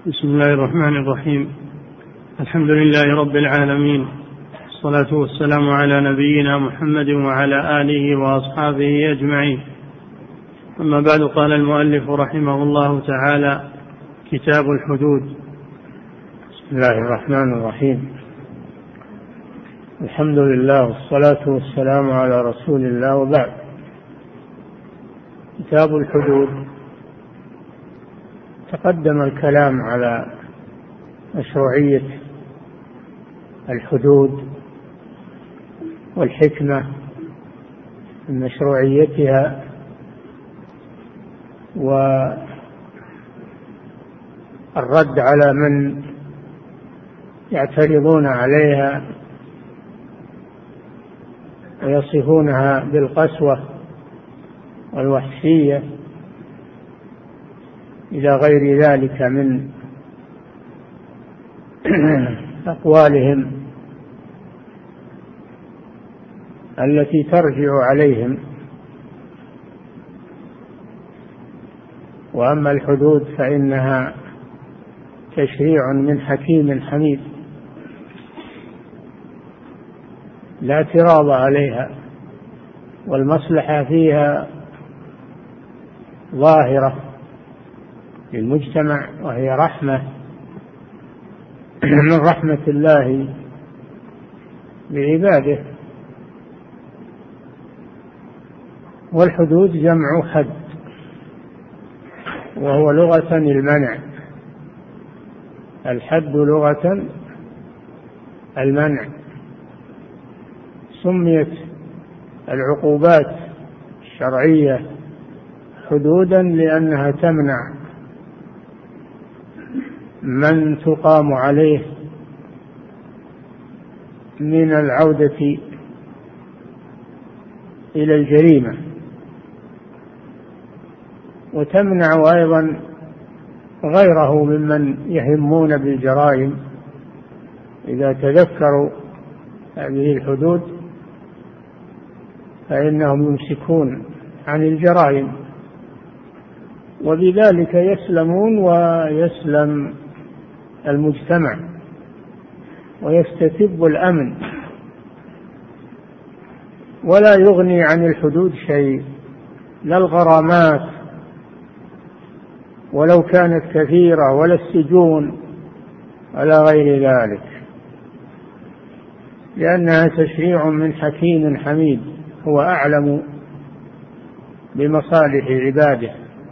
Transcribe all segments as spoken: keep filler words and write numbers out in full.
بسم الله الرحمن الرحيم. الحمد لله رب العالمين، الصلاة والسلام على نبينا محمد وعلى آله وأصحابه أجمعين. أما بعد، قال المؤلف رحمه الله تعالى: كتاب الحدود. بسم الله الرحمن الرحيم. الحمد لله والصلاة والسلام على رسول الله، وبعد. كتاب الحدود، تقدم الكلام على مشروعية الحدود والحكمة من مشروعيتها والرد على من يعترضون عليها ويصفونها بالقسوة والوحشية إلى غير ذلك من أقوالهم التي ترجع عليهم. وأما الحدود فإنها تشريع من حكيم حميد لا اعتراض عليها، والمصلحة فيها ظاهرة للمجتمع، وهي رحمة من رحمة الله بعباده. والحدود جمع حد، وهو لغة المنع. الحد لغة المنع. سميت العقوبات الشرعية حدودا لأنها تمنع من تقام عليه من العودة إلى الجريمة، وتمنع أيضا غيره ممن يهمون بالجرائم إذا تذكروا هذه الحدود فإنهم يمسكون عن الجرائم، وبذلك يسلمون ويسلم المجتمع ويستتب الأمن. ولا يغني عن الحدود شيء، لا الغرامات ولو كانت كثيرة، ولا السجون ولا غير ذلك، لأنها تشريع من حكيم حميد هو أعلم بمصالح عباده،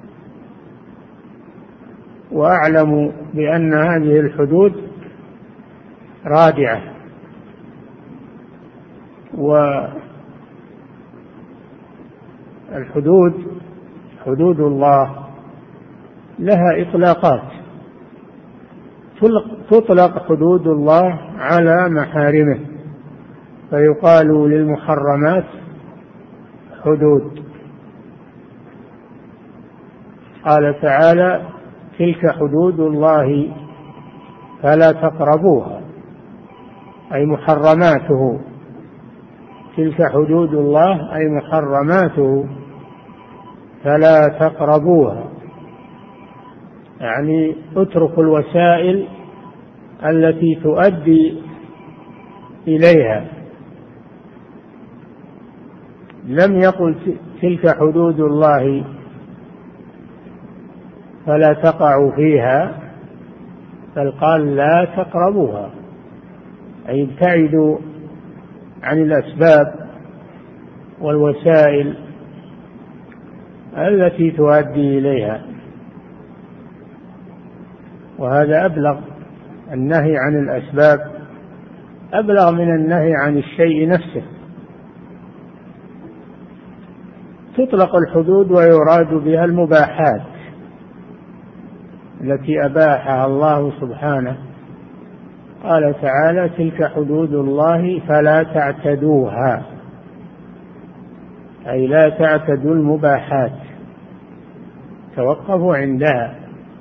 وأعلم بأن هذه الحدود رادعة. والحدود حدود الله لها إطلاقات. تطلق حدود الله على محارمه، فيقال للمحرمات حدود. قال تعالى: تلك حدود الله فلا تقربوها، أي محرماته. تلك حدود الله أي محرماته فلا تقربوها، يعني اتركوا الوسائل التي تؤدي إليها. لم يقل تلك حدود الله فلا تقعوا فيها، بل قال لا تقربوها، أي ابتعدوا عن الأسباب والوسائل التي تؤدي إليها. وهذا أبلغ، النهي عن الأسباب أبلغ من النهي عن الشيء نفسه. تطلق الحدود ويراد بها المباحات التي أباحها الله سبحانه. قال تعالى: تلك حدود الله فلا تعتدوها، أي لا تعتدوا المباحات، توقفوا عندها.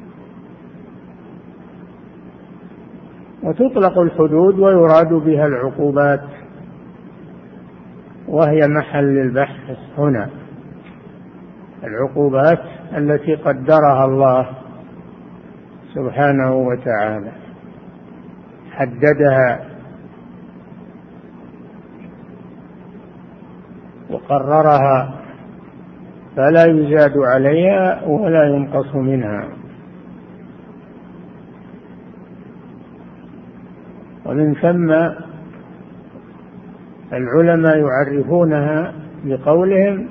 وتطلق الحدود ويراد بها العقوبات، وهي محل البحث هنا. العقوبات التي قدرها الله سبحانه وتعالى، حددها وقررها فلا يزاد عليها ولا ينقص منها. ومن ثم العلماء يعرفونها بقولهم: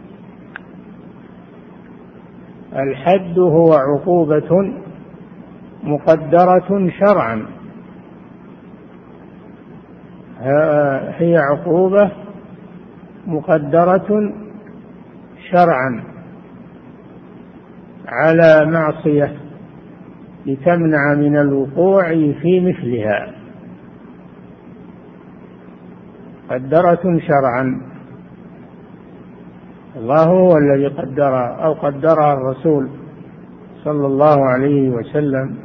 الحد هو عقوبة مقدرة شرعا، هي عقوبة مقدرة شرعا على معصية لتمنع من الوقوع في مثلها، مقدرة شرعا. الله هو الذي قدرها أو قدرها الرسول صلى الله عليه وسلم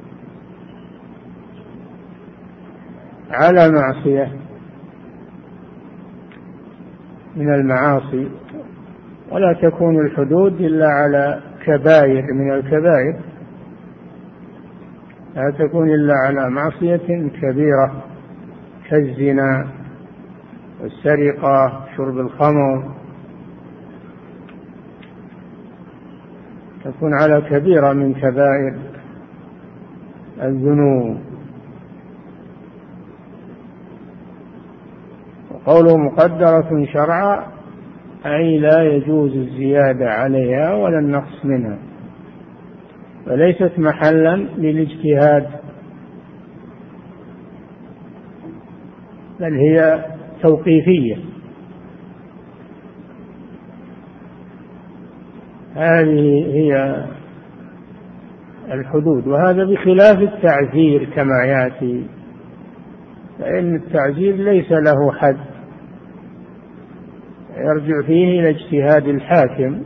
على معصية من المعاصي، ولا تكون الحدود إلا على كبائر من الكبائر، لا تكون إلا على معصية كبيرة كالزنا والسرقة، شرب الخمر، تكون على كبيرة من كبائر الذنوب. وقوله مقدرة شرعا أي لا يجوز الزيادة عليها ولا النقص منها، وليست محلا للاجتهاد، بل هي توقيفية. هذه هي الحدود، وهذا بخلاف التعزير كما يأتي، فإن التعزير ليس له حد، يرجع فيه إلى اجتهاد الحاكم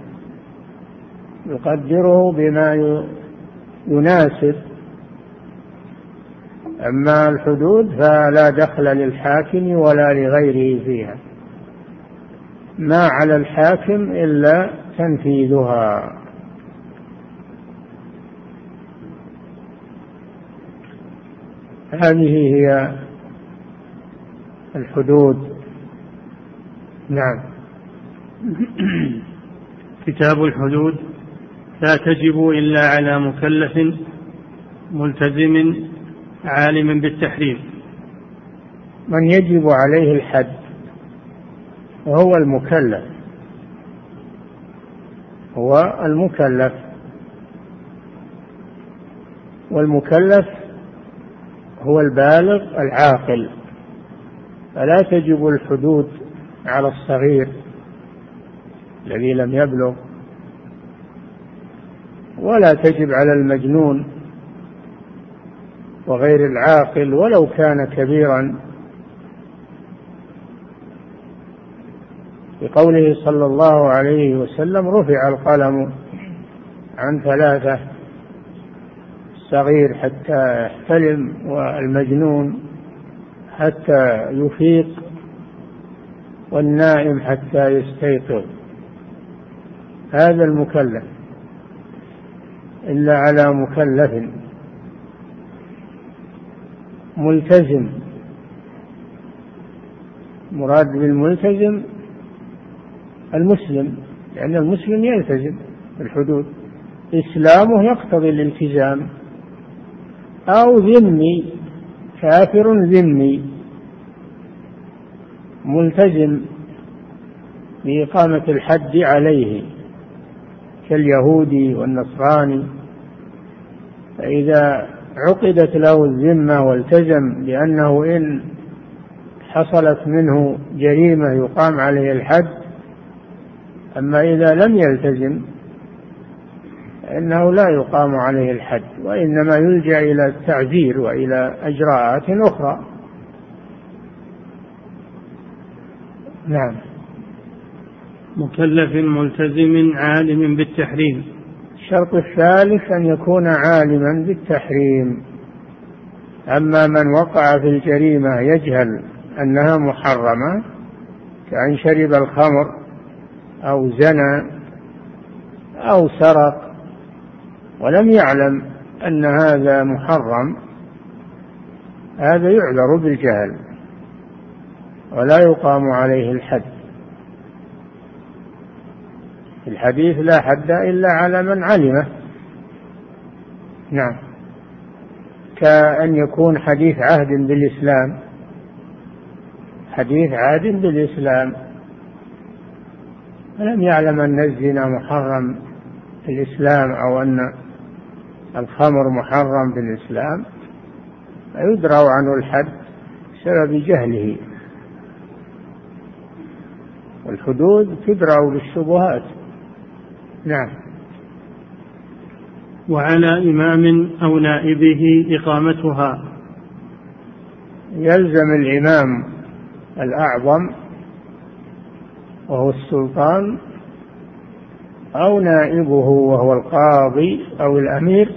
يقدره بما يناسب. أما الحدود فلا دخل للحاكم ولا لغيره فيها، ما على الحاكم إلا تنفيذها. هذه هي الحدود. نعم. كتاب الحدود: لا تجب إلا على مكلف ملتزم عالم بالتحريم. من يجب عليه الحد وهو المكلف، هو المكلف، والمكلف هو البالغ العاقل، فلا تجب الحدود على الصغير الذي لم يبلغ، ولا تجب على المجنون وغير العاقل ولو كان كبيرا، بقوله صلى الله عليه وسلم: رفع القلم عن ثلاثة: الصغير حتى يحتلم، والمجنون حتى يفيق، والنائم حتى يستيقظ. هذا المكلف، إلا على مكلف ملتزم. مراد بالملتزم المسلم، لأن المسلم يلتزم بالحدود، إسلامه يقتضي الالتزام، أو ذمي، كافر ذمي ملتزم بإقامة الحد عليه كاليهودي والنصراني، فإذا عقدت له الذمة والتزم بأنه إن حصلت منه جريمة يقام عليه الحد. أما إذا لم يلتزم فإنه لا يقام عليه الحد، وإنما يلجأ إلى التعزير وإلى إجراءات أخرى. نعم. مكلف ملتزم عالم بالتحريم. الشرط الثالث أن يكون عالما بالتحريم. أما من وقع في الجريمة يجهل أنها محرمة، كأن شرب الخمر أو زنى أو سرق ولم يعلم أن هذا محرم هذا يعذر بالجهل ولا يقام عليه الحد. في الحديث لا حد إلا على من علمه. نعم. كأن يكون حديث عهد بالإسلام، حديث عهد بالإسلام لم يعلم أن الزنا محرم في الإسلام أو أن الخمر محرم في الإسلام فيدرأ عنه الحد بسبب جهله. والحدود تدرأ بالشبهات. نعم. وعلى إمام أو نائبه إقامتها. يلزم الإمام الأعظم وهو السلطان أو نائبه وهو القاضي أو الأمير،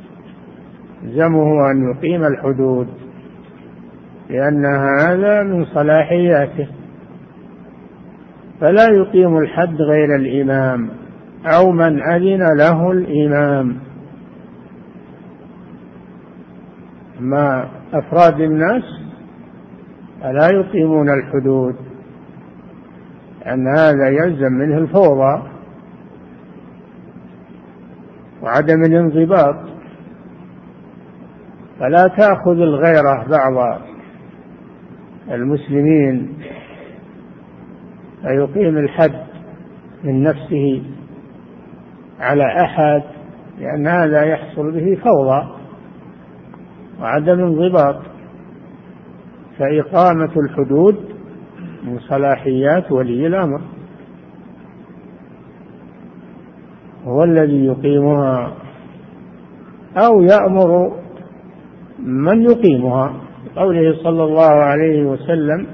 يلزمه أن يقيم الحدود لأن هذا من صلاحياته، فلا يقيم الحد غير الإمام أو من أذن له الإمام. ما أفراد الناس فلا يقيمون الحدود لأن هذا يلزم منه الفوضى وعدم الانضباط، فلا تأخذ الغيرة بعض المسلمين فيقيم الحد من نفسه على أحد، لأن هذا يحصل به فوضى وعدم انضباط. فإقامة الحدود من صلاحيات ولي الأمر، هو الذي يقيمها أو يأمر من يقيمها. قوله صلى الله عليه وسلم: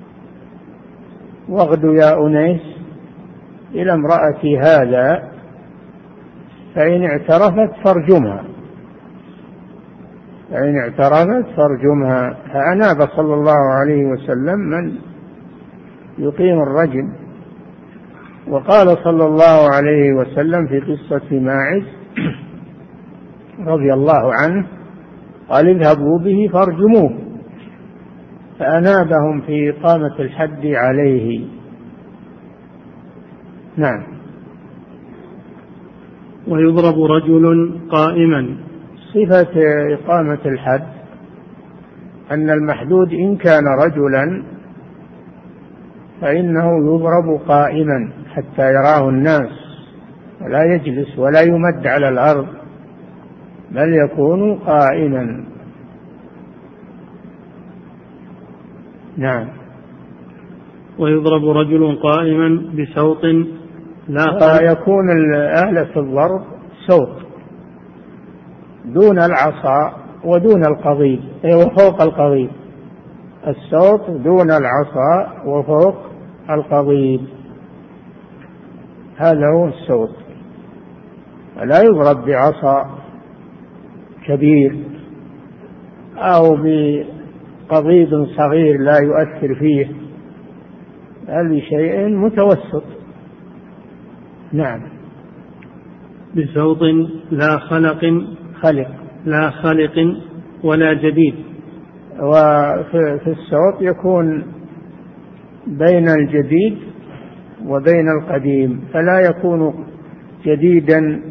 واغدوا يا أنيس إلى امرأة هذا فإن اعترفت فارجمها، فإن اعترفت فارجمها. فأناب صلى الله عليه وسلم من يقيم الرجم. وقال صلى الله عليه وسلم في قصة ماعز رضي الله عنه قال: اذهبوا به فارجموه، فأنابهم في إقامة الحد عليه. نعم. ويضرب رجل قائما. صفة إقامة الحد أن المحدود إن كان رجلا فإنه يضرب قائما حتى يراه الناس، ولا يجلس ولا يمد على الأرض بل يكون قائما. نعم. ويضرب رجل قائما بسوط لا يكون آلة الضرب سوط دون العصا ودون القضيب وفوق القضيب. السوط دون العصا وفوق القضيب، هذا هو السوط. لا يضرب بعصا كبير أو بقضيب صغير لا يؤثر فيه، بل بشيء متوسط. نعم. بسوط لا خلق خلق لا خلق ولا جديد. وفي السوط يكون بين الجديد وبين القديم، فلا يكون جديدا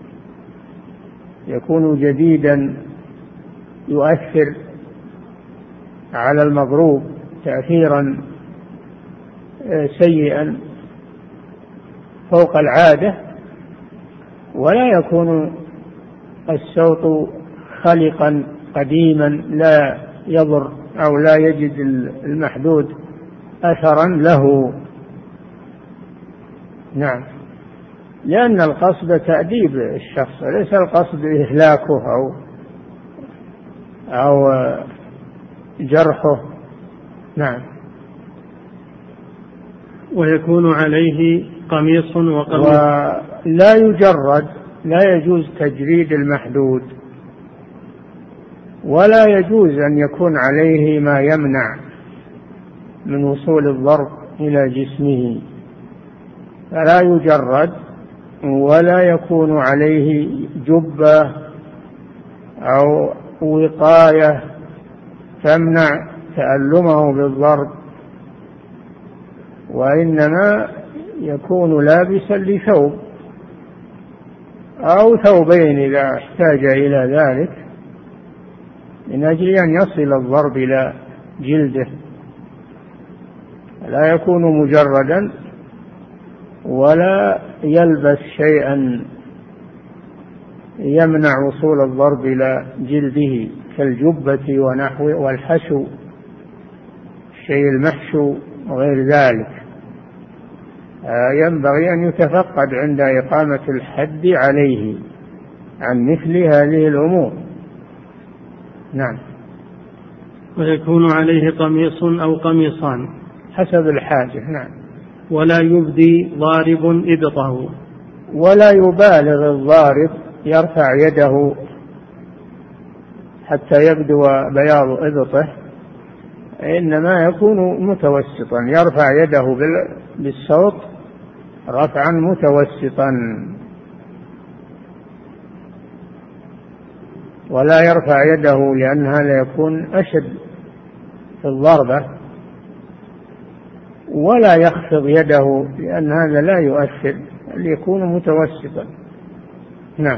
يكون جديدا يؤثر على المضروب تأثيرا سيئا فوق العادة، ولا يكون السوط خلقا قديما لا يضر أو لا يجد المحدود أثرا له. نعم. لأن القصد تأديب الشخص، ليس القصد إهلاكه أو أو جرحه. نعم. ويكون عليه قميص وقميص. ولا يجرد، لا يجوز تجريد المحدود، ولا يجوز أن يكون عليه ما يمنع من وصول الضرب إلى جسمه، فلا يجرد، ولا يكون عليه جبة أو وقاية تمنع تألمه بالضرب، وإنما يكون لابسا لثوب أو ثوبين إذا احتاج إلى ذلك، من أجل أن يصل الضرب إلى جلده، لا يكون مجردا ولا يلبس شيئا يمنع وصول الضرب إلى جلده كالجبة ونحو والحشو، الشيء المحشو وغير ذلك. ينبغي أن يتفقد عند إقامة الحد عليه عن مثل هذه الأمور. نعم. ويكون عليه قميص أو قميصان حسب الحاجة. نعم. ولا يبدي ضارب إبطه، ولا يبالغ الضارب يرفع يده حتى يبدو بياض إبطه، إنما يكون متوسطا، يرفع يده بالصوت رفعا متوسطا، ولا يرفع يده لأن هذا يكون أشد في الضربة، ولا يخفض يده لأن هذا لا يؤثر، ليكون متوسطا. نعم.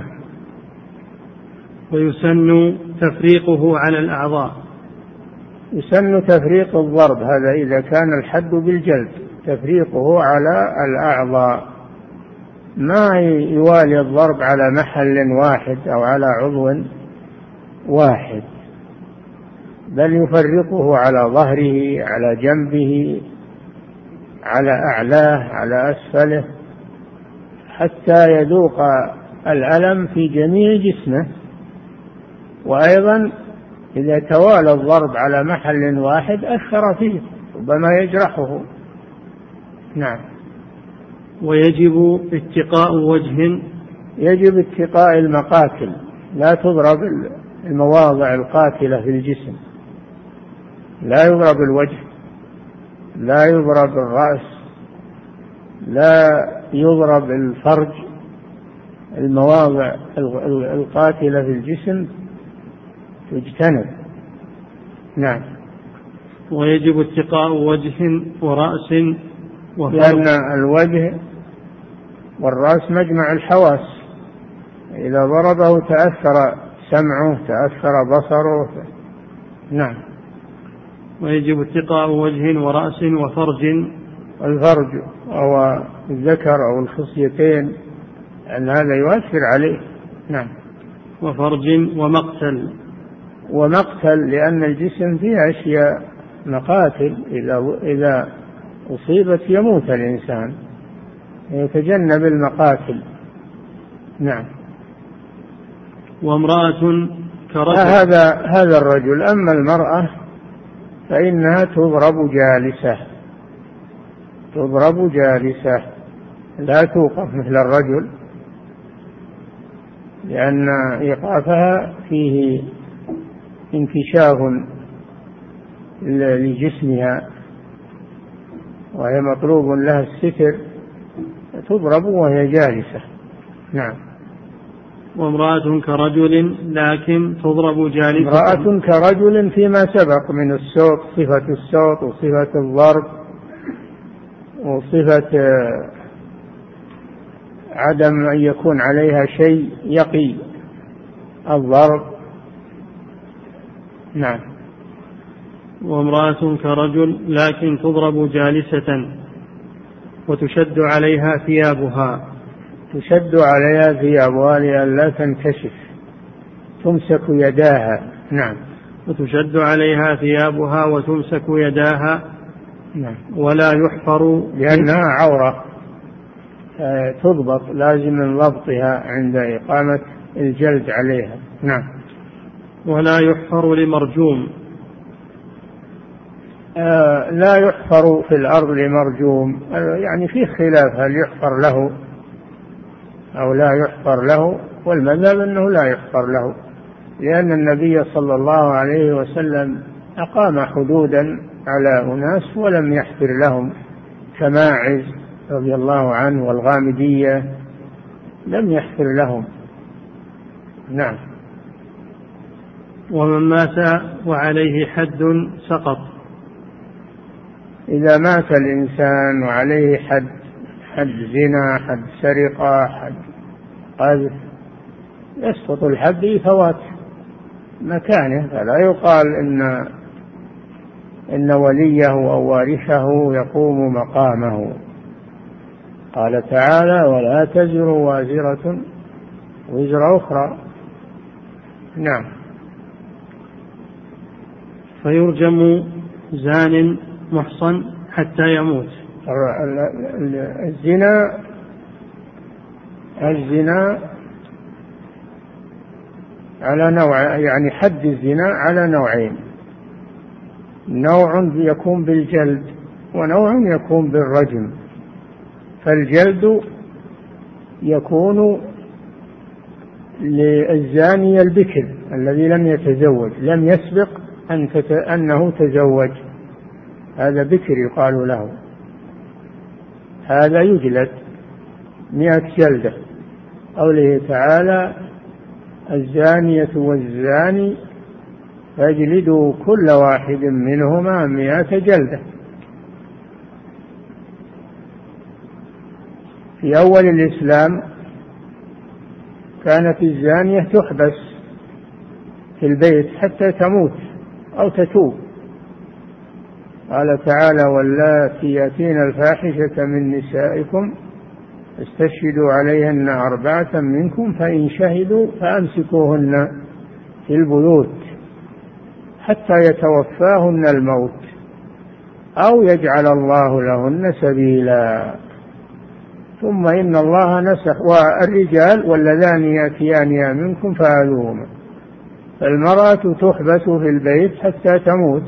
ويسن تفريقه على الأعضاء، يسن تفريق الضرب، هذا إذا كان الحد بالجلد، تفريقه على الأعضاء، ما يوالي الضرب على محل واحد أو على عضو واحد، بل يفرقه على ظهره، على جنبه، على أعلاه، على أسفله، حتى يذوق الألم في جميع جسمه. وأيضا إذا توالى الضرب على محل واحد أثر فيه، ربما يجرحه. نعم. ويجب اتقاء وجه، يجب اتقاء المقاتل، لا تضرب المواضع القاتلة في الجسم، لا يضرب الوجه، لا يضرب الرأس، لا يضرب الفرج، المواضع القاتلة في الجسم تجتنب. نعم. ويجب اتقاء وجه ورأس وفرج، لأن الوجه والرأس مجمع الحواس، إذا ضربه تأثر سمعه، تأثر بصره. نعم. ويجب اتقاء وجه ورأس وفرج، الفرج أو الذكر أو الخصيتين، أن هذا يؤثر عليه. نعم. وفرج ومقتل، ومقتل لأن الجسم فيه أشياء مقاتل، إذا إذا أصيبت يموت الإنسان، يتجنب المقاتل. نعم. وامرأة كرجل، هذا هذا الرجل. أما المرأة فإنها تضرب جالسة، تضرب جالسة، لا توقف مثل الرجل، لأن إيقافها فيه انكشاف لجسمها، وهي مطلوب لها الستر، تضرب وهي جالسة. نعم. وامرأة كرجل لكن تضرب جالسة، امرأة كرجل فيما سبق من الصوت، صفة الصوت وصفة الضرب وصفة عدم أن يكون عليها شيء يقي الضرب. نعم. وامرأة كرجل لكن تضرب جالسة وتشد عليها ثيابها، تشد عليها ثيابها لئلا تنكشف، تمسك يداها. نعم. وتشد عليها ثيابها وتمسك يداها. نعم. ولا يحفر لأنها عورة، تضبط، لازم من ضبطها عند إقامة الجلد عليها. نعم. ولا يحفر لمرجوم، آه لا يحفر في الأرض لمرجوم، يعني فيه خلاف هل يحفر له أو لا يحفر له، والمذهب أنه لا يحفر له، لأن النبي صلى الله عليه وسلم أقام حدودا على أناس ولم يحفر لهم، كماعز رضي الله عنه والغامدية لم يحفر لهم. نعم. ومن مات وعليه حد سقط. إذا مات الإنسان وعليه حد، حد زنا، حد سرقة، حد قذف، يسقط الحد لفوات مكانه، فلا يقال إن إن وليه أو وارثه يقوم مقامه. قال تعالى: ولا تزر وازرة وزر أخرى. نعم. فيرجم زان محصن حتى يموت. الزنا الزنا على نوع، يعني حد الزنا على نوعين: نوع يكون بالجلد ونوع يكون بالرجم. فالجلد يكون للزاني البكر الذي لم يتزوج، لم يسبق أن تت... أنه تزوج، هذا بكر يقال له، هذا يجلد مئة جلدة. قوله تعالى: الزانية والزاني فاجلدوا كل واحد منهما مئة جلدة. في أول الإسلام كانت الزانية تحبس في البيت حتى تموت أو تتوب. قال تعالى: واللاتي يأتين الفاحشة من نسائكم استشهدوا عليهن أربعة منكم فإن شهدوا فأمسكوهن في البيوت حتى يتوفاهن الموت أو يجعل الله لهن سبيلا. ثم إن الله نسخ: والرجال واللذان يأتيانها منكم فآذوهما. فالمرأة تحبس في البيت حتى تموت،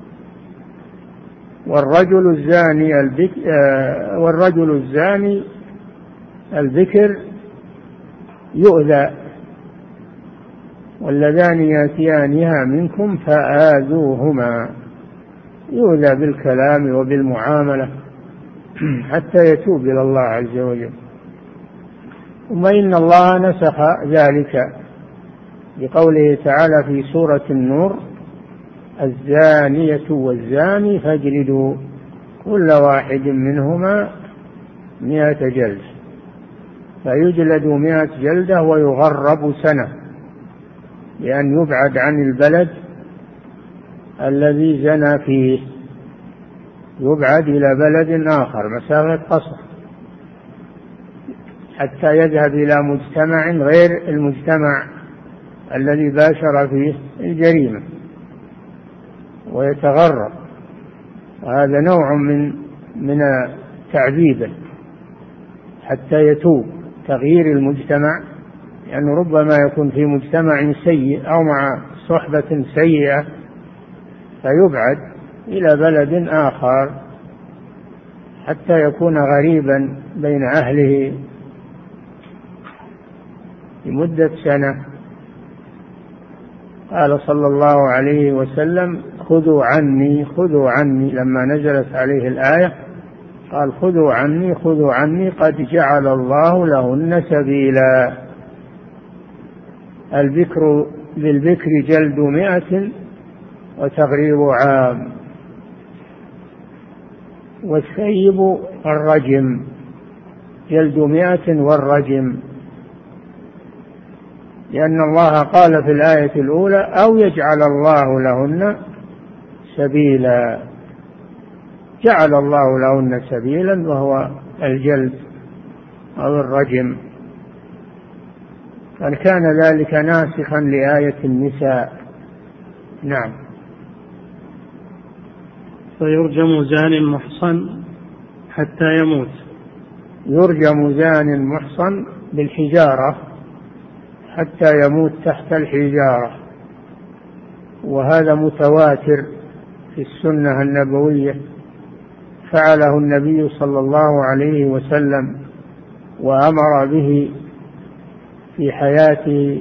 والرجل الزاني البكر والرجل الزاني البكر يؤذى: واللذان يأتيانها منكم فآذوهما، يؤذى بالكلام وبالمعاملة حتى يتوب إلى الله عز وجل. ثم إن الله نسخ ذلك بقوله تعالى في سورة النور: الزانية والزاني فاجلدوا كل واحد منهما مئة جلدة. فيجلد مئة جلدة ويغرب سنة، لأن يبعد عن البلد الذي زنى فيه، يبعد إلى بلد آخر مسافة قصر حتى يذهب إلى مجتمع غير المجتمع الذي باشر فيه الجريمة ويتغرب. وهذا نوع من من تعذيبه حتى يتوب، تغيير المجتمع، لأنه يعني ربما يكون في مجتمع سيء أو مع صحبة سيئة فيبعد إلى بلد آخر حتى يكون غريبا بين أهله لمدة سنة. قال صلى الله عليه وسلم: خذوا عني خذوا عني، لما نزلت عليه الآية قال: خذوا عني خذوا عني قد جعل الله لهن سبيلا. البكر بالبكر جلد مئة وتغريب عام، والثيب الرجم جلد مئة والرجم، لأن الله قال في الآية الأولى: أو يجعل الله لهن سبيلا. جعل الله لهن سبيلا وهو الجلد أو الرجم، بل كان ذلك ناسخا لآية النساء. نعم. فيرجم زان محصن حتى يموت. يرجم زان محصن بالحجارة حتى يموت تحت الحجارة، وهذا متواتر في السنة النبوية، فعله النبي صلى الله عليه وسلم وأمر به في حياته،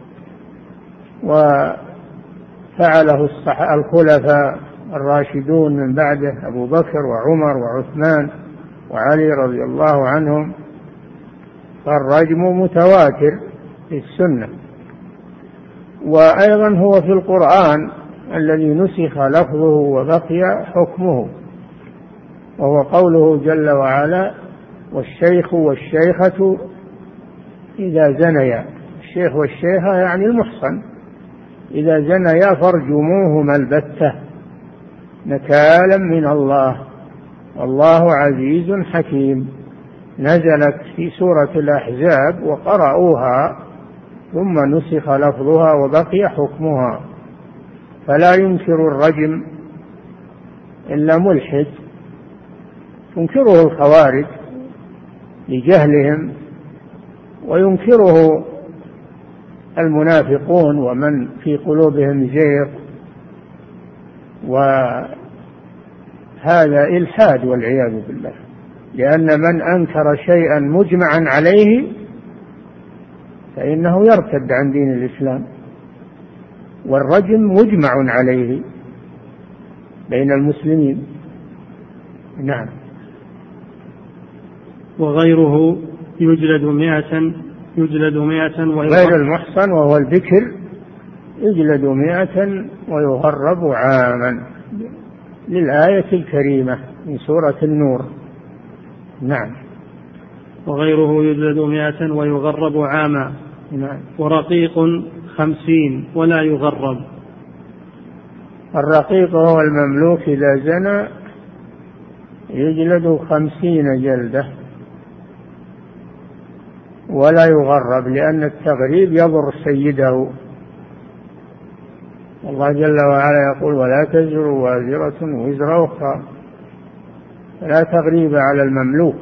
وفعله الخلفاء الراشدون من بعده أبو بكر وعمر وعثمان وعلي رضي الله عنهم. فالرجم متواتر في السنة، وأيضا هو في القرآن الذي نسخ لفظه وبقي حكمه، وهو قوله جل وعلا: والشيخ والشيخة إذا زنيا. الشيخ والشيخة يعني المحصن، إذا زنيا فارجموهما البتة نكالا من الله والله عزيز حكيم. نزلت في سورة الأحزاب وقرأوها ثم نسخ لفظها وبقي حكمها، فلا ينكر الرجم إلا ملحد، تنكره الخوارج لجهلهم، وينكره المنافقون ومن في قلوبهم زيغ، وهذا إلحاد والعياذ بالله، لأن من أنكر شيئا مجمعا عليه فإنه يرتد عن دين الإسلام، والرجم مجمع عليه بين المسلمين. نعم. وغيره يجلد مئة يجلد مئة غير المحصن وهو الذكر يجلد مئة ويغرب عاما، للآية الكريمة من سورة النور. نعم. وغيره يجلد مئة ويغرب عاما. نعم. ورقيق خمسين ولا يغرب. الرقيق هو المملوك إذا زنى يجلد خمسين جلدة ولا يغرب، لأن التغريب يضر سيده. الله جل وعلا يقول: ولا تزر وازرة وزر أخرى. لا تغريب على المملوك،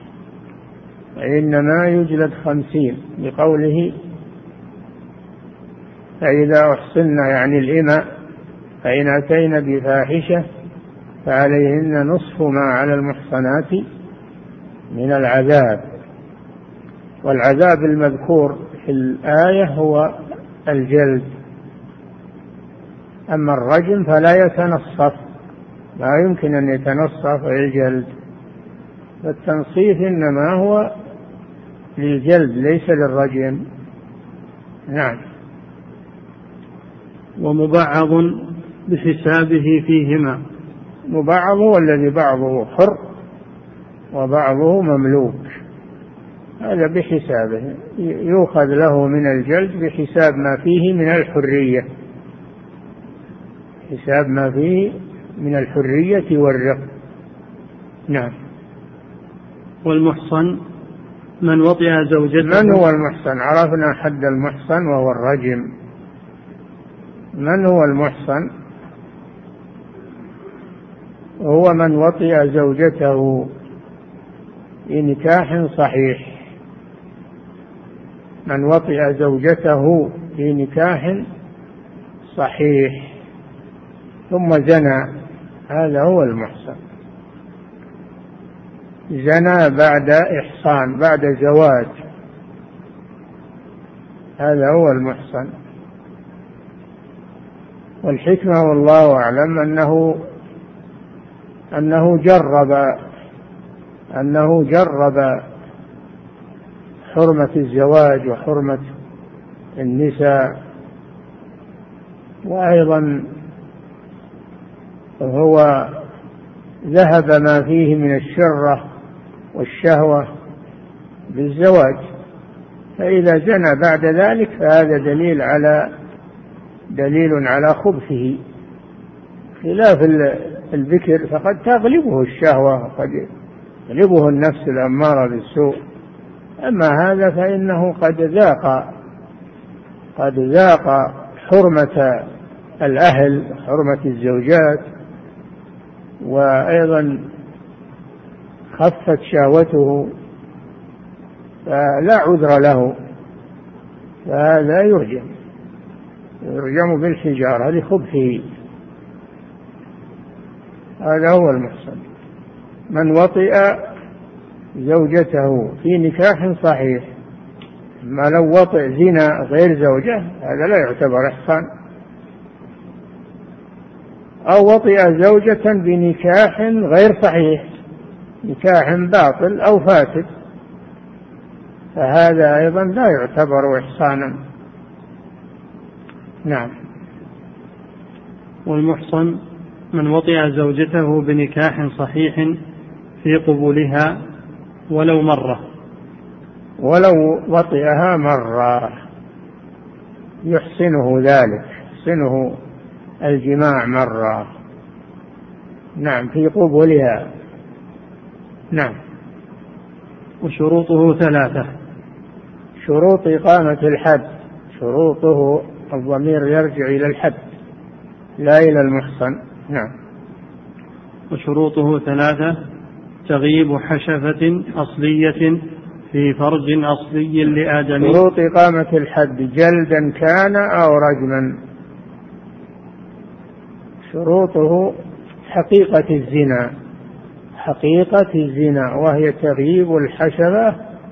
إنما يجلد خمسين، لقوله: فإذا أحصن يعني الإماء فإن أتين بفاحشة فعليهن نصف ما على المحصنات من العذاب. والعذاب المذكور في الآية هو الجلد، أما الرجم فلا يتنصف، لا يمكن أن يتنصف الجلد، فالتنصيف إنما هو للجلد ليس للرجم. نعم. ومبعض بحسابه فيهما. مبعض هو الذي بعضه حر وبعضه مملوك، هذا بحسابه، يؤخذ له من الجلد بحساب ما فيه من الحرية، حساب ما فيه من الحرية والرق. نعم. والمحصن من وطئ زوجته. من هو المحصن؟ عرفنا حد المحصن وهو الرجم. من هو المحصن؟ هو من وطئ زوجته في نكاح صحيح، من وطئ زوجته في نكاح صحيح ثم زنى، هذا هو المحصن. زنى بعد إحصان، بعد زواج، هذا هو المحصن. والحكمة والله أعلم أنه أنه جرب أنه جرب حرمة الزواج وحرمة النساء، وأيضا هو ذهب ما فيه من الشرة والشهوة بالزواج، فإذا زنى بعد ذلك فهذا دليل على دليل على خبثه، خلاف الذكر فقد تغلبه الشهوة، قد تغلبه النفس الأمارة بالسوء. أما هذا فإنه قد ذاق قد ذاق حرمة الأهل، حرمة الزوجات، وأيضا خفت شهوته، فلا عذر له، فهذا يرجم يرجم بالحجارة لخبثه. هذا هو المحصن، من وطئ زوجته في نكاح صحيح. ما لو وطئ زنا غير زوجة هذا لا يعتبر إحصان، أو وطئ زوجة بنكاح غير صحيح، نكاح باطل أو فاسد، فهذا أيضا لا يعتبر إحصانا. نعم. والمحصن من وطئ زوجته بنكاح صحيح في قبولها ولو مرة، ولو وطئها مرة يحسنه ذلك، يحسنه الجماع مرة. نعم، في قبولها. نعم. وشروطه ثلاثة. شروط إقامة الحد، شروطه الضمير يرجع إلى الحد لا إلى المحصن. نعم. وشروطه ثلاثة: تغييب حشفة أصلية في فرج أصلي لآدمي. شروط إقامة الحد جلدا كان أو رجما. شروطه حقيقة الزنا، حقيقة الزنا، وهي تغييب الحشفة،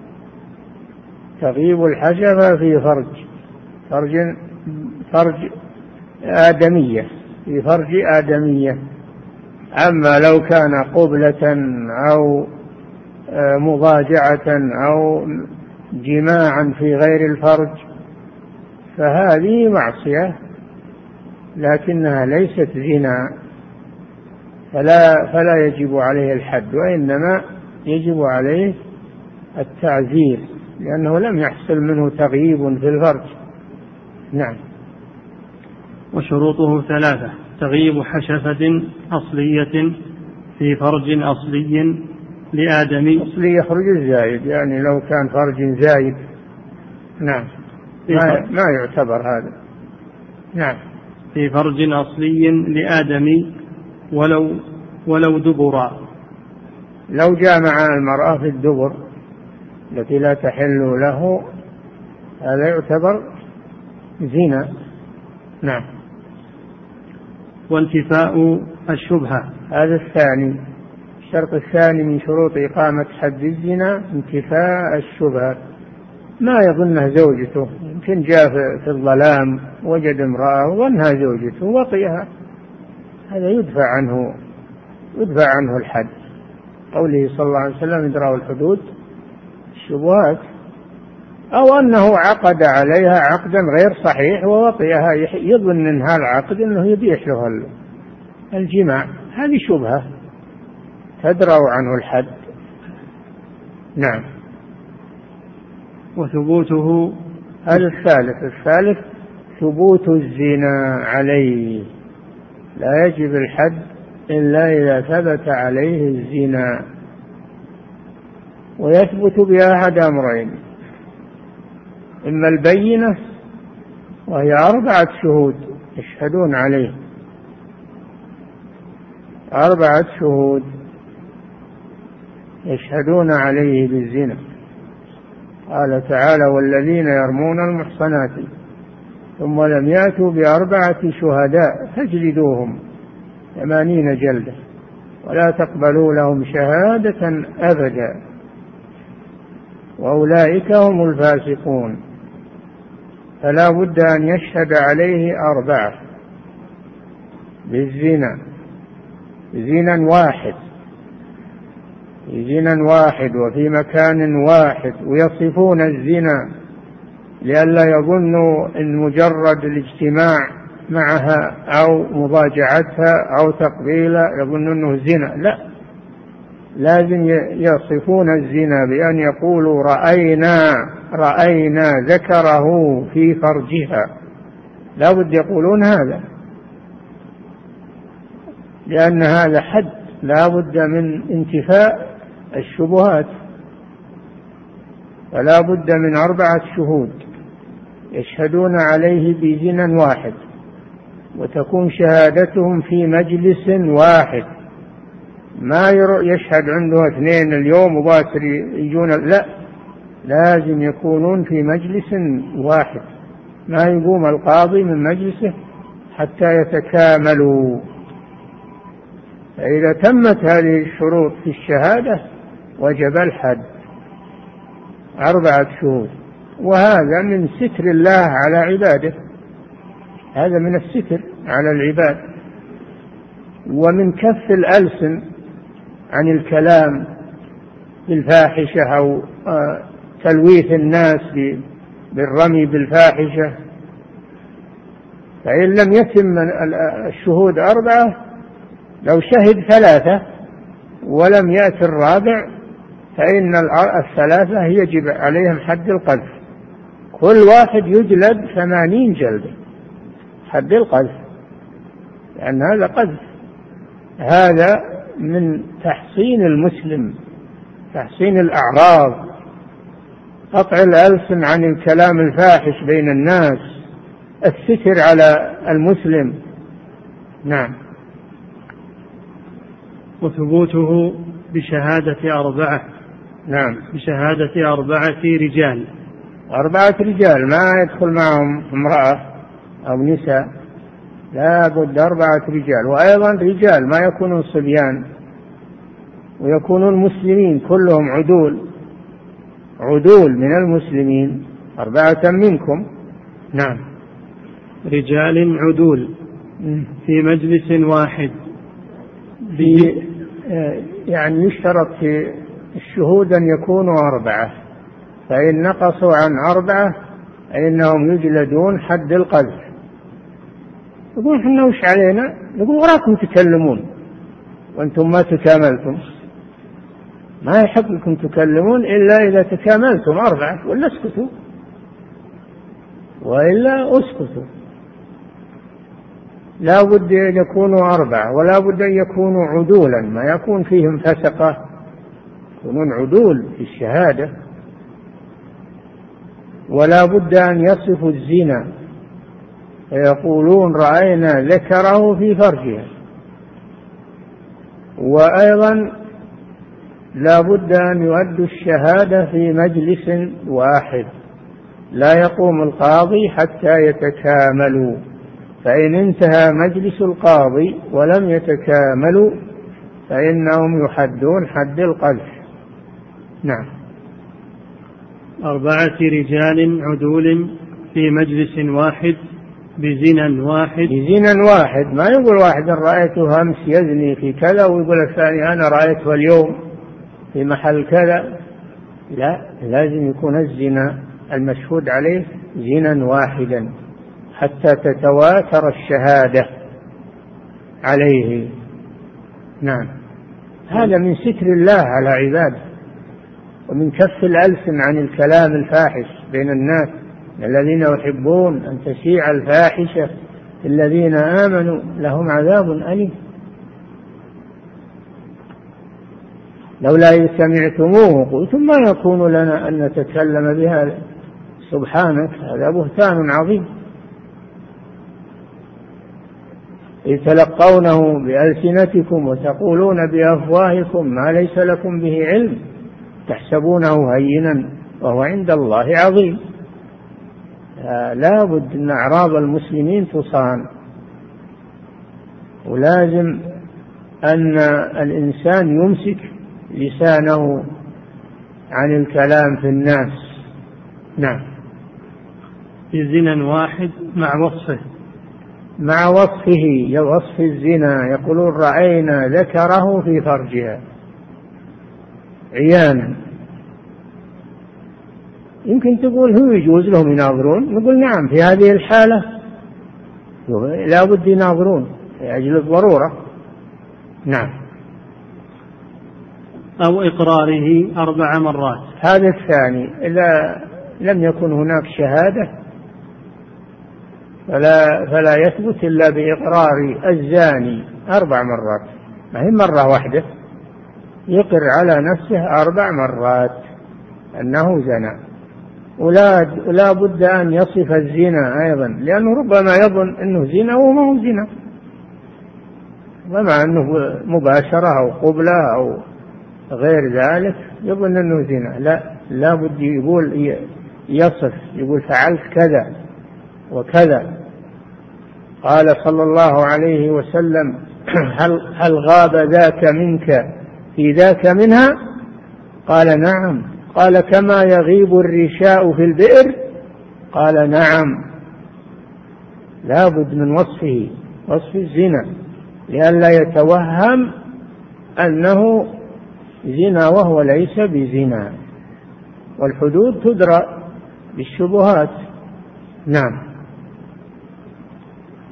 تغييب الحشفة في فرج فرج فرج آدمية، في فرج آدمية. أما لو كان قبلة أو مضاجعة أو جماعا في غير الفرج فهذه معصية لكنها ليست زنا، فلا, فلا يجب عليه الحد، وإنما يجب عليه التعزير لأنه لم يحصل منه تغييب في الفرج. نعم. وشروطه ثلاثة: تغييب حشفة أصلية في فرج أصلي لآدمي. أصلي يخرج الزايد، يعني لو كان فرج زايد نعم ما, ما يعتبر هذا. نعم. في فرج أصلي لآدمي ولو ولو دبرا. لو جامع المرأة في الدبر التي لا تحل له هذا يعتبر زنا. نعم. وانتفاء الشبهة، هذا الثاني، الشرط الثاني من شروط إقامة حد الزنا انتفاء الشبهة. ما يظنها زوجته، يمكن جاء في الظلام وجد امرأة وظنها زوجته وطئها، هذا يدفع عنه يدفع عنه الحد. قوله صلى الله عليه وسلم: ادرأوا الحدود الشبهات. أو أنه عقد عليها عقدا غير صحيح ووطئها، يظن أن هذا العقد أنه يبيح له الجماع، هذه شبهة تدرأ عنه الحد. نعم. وثبوته، هذا الثالث. الثالث ثبوت الزنا عليه، لا يجب الحد إلا إذا ثبت عليه الزنا، ويثبت بأحد أمرين: إما البينة وهي أربعة شهود يشهدون عليه، أربعة شهود يشهدون عليه بالزنا. قال تعالى: والذين يرمون المحصنات ثم لم يأتوا بأربعة شهداء فاجلدوهم ثمانين جلدة ولا تقبلوا لهم شهادة أبدا وأولئك هم الفاسقون. فلا بد أن يشهد عليه أربعة بالزنا، زنا واحد، زنا واحد وفي مكان واحد، ويصفون الزنا لئلا يظنوا أن مجرد الاجتماع معها أو مضاجعتها أو تقبيلها يظنوا أنه زنا، لا، لازم يصفون الزنا بأن يقولوا رأينا رأينا ذكره في فرجها، لا بد يقولون هذا، لأن هذا حد لا بد من انتفاء الشبهات، فلا بد من أربعة شهود يشهدون عليه بزنا واحد، وتكون شهادتهم في مجلس واحد، ما يشهد عنده اثنين اليوم وباكر يجون، لا، لازم يكونون في مجلس واحد، ما يقوم القاضي من مجلسه حتى يتكاملوا. فإذا تمت هذه الشروط في الشهادة وجب الحد، أربعة شهود. وهذا من ستر الله على عباده، هذا من الستر على العباد، ومن كف الألسن عن الكلام بالفاحشة أو تلويث الناس بالرمي بالفاحشة. فإن لم يتم الشهود أربعة، لو شهد ثلاثة ولم يأتي الرابع فإن الثلاثة يجب عليهم حد القذف، كل واحد يجلد ثمانين جلدة حد القذف، لأن هذا قذف. هذا من تحصين المسلم، تحصين الأعراض، قطع الألسن عن الكلام الفاحش بين الناس، الستر على المسلم. نعم. وثبوته بشهادة أربعة. نعم، بشهادة أربعة رجال. أربعة رجال، ما يدخل معهم امرأة أو نساء، لا بد أربعة رجال، وأيضا رجال ما يكونون صبيان، ويكونون مسلمين كلهم عدول، عدول من المسلمين، أربعة منكم. نعم. رجال عدول في مجلس واحد. في يعني يشترط في الشهود أن يكونوا أربعة، فإن نقصوا عن أربعة فإنهم يجلدون حد القذف. يقول إحنا وش علينا؟ يقول وراكم تكلمون وأنتم ما تكاملتم، ما يحق لكم تكلمون إلا إذا تكاملتم أربعة، ولا اسكتوا، وإلا اسكتوا. لا بد أن يكونوا أربعة، ولا بد أن يكونوا عدولا، ما يكون فيهم فسقة، يكونون عدول في الشهادة. ولا بد أن يصفوا الزنا، يقولون رأينا ذكره في فرجها. وأيضا لا بد أن يؤدوا الشهادة في مجلس واحد، لا يقوم القاضي حتى يتكاملوا، فإن انتهى مجلس القاضي ولم يتكاملوا فإنهم يحدون حد القذف. نعم. أربعة رجال عدول في مجلس واحد بزنا واحد. بزنا واحد، ما يقول واحد رأيته أمس يزني في كذا ويقول الثاني أنا رأيته اليوم في محل كذا، لا، لازم يكون الزنا المشهود عليه زنا واحدا حتى تتواتر الشهادة عليه. نعم. هذا من ستر الله على عباده، ومن كف الألسن عن الكلام الفاحش بين الناس، الذين يحبون أن تشيع الفاحشة الذين آمنوا لهم عذاب أليم. لولا إذ سمعتموه قلتم ما يكون لنا أن نتكلم بهذا سبحانك هذا بهتان عظيم. إذ تلقونه بألسنتكم وتقولون بأفواهكم ما ليس لكم به علم تحسبونه هينا وهو عند الله عظيم. لا بد أن أعراض المسلمين تصان، ولازم أن الإنسان يمسك لسانه عن الكلام في الناس. نعم. في زنا واحد مع وصفه، مع وصفه، وصف الزنا، يقولون رأينا ذكره في فرجها عيانا. يمكن تقول هو يجوز لهم يناظرون، نقول نعم في هذه الحالة لا بد يناظرون لأجل الضرورة. نعم. أو إقراره أربع مرات، هذا الثاني. إذا لم يكن هناك شهادة فلا, فلا يثبت إلا بإقرار الزاني أربع مرات، ما هي مرة واحدة، يقر على نفسه أربع مرات أنه زنا. ولا, ولا بد أن يصف الزنا أيضا، لأنه ربما يظن أنه زنا وما هو زنا، ومع أنه مباشرة أو قبلة أو غير ذلك يظن أنه زنا. لا، لا بد يقول يصف، يقول فعلت كذا وكذا. قال صلى الله عليه وسلم هل, هل غاب ذاك منك في ذاك منها؟ قال نعم. قال كما يغيب الرشاء في البئر؟ قال نعم. لا بد من وصفه، وصف الزنا، لئلا يتوهم أنه زنا وهو ليس بزنا، والحدود تدرى بالشبهات. نعم.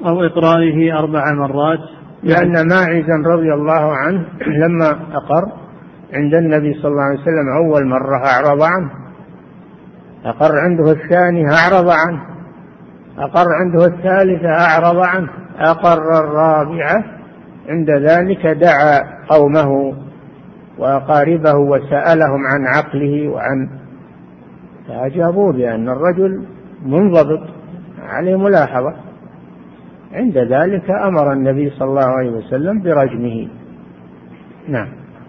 أو إقراره أربع مرات، لأن ماعزا رضي الله عنه لما أقر عند النبي صلى الله عليه وسلم أول مرة أعرض عنه، أقر عنده الثانية أعرض عنه، أقر عنده الثالثة أعرض عنه، أقر الرابعة عند ذلك دعا قومه وأقاربه وسألهم عن عقله وعن، فأجابوا بأن الرجل منضبط عليه ملاحظة. عند ذلك أمر النبي صلى الله عليه وسلم برجمه. نعم.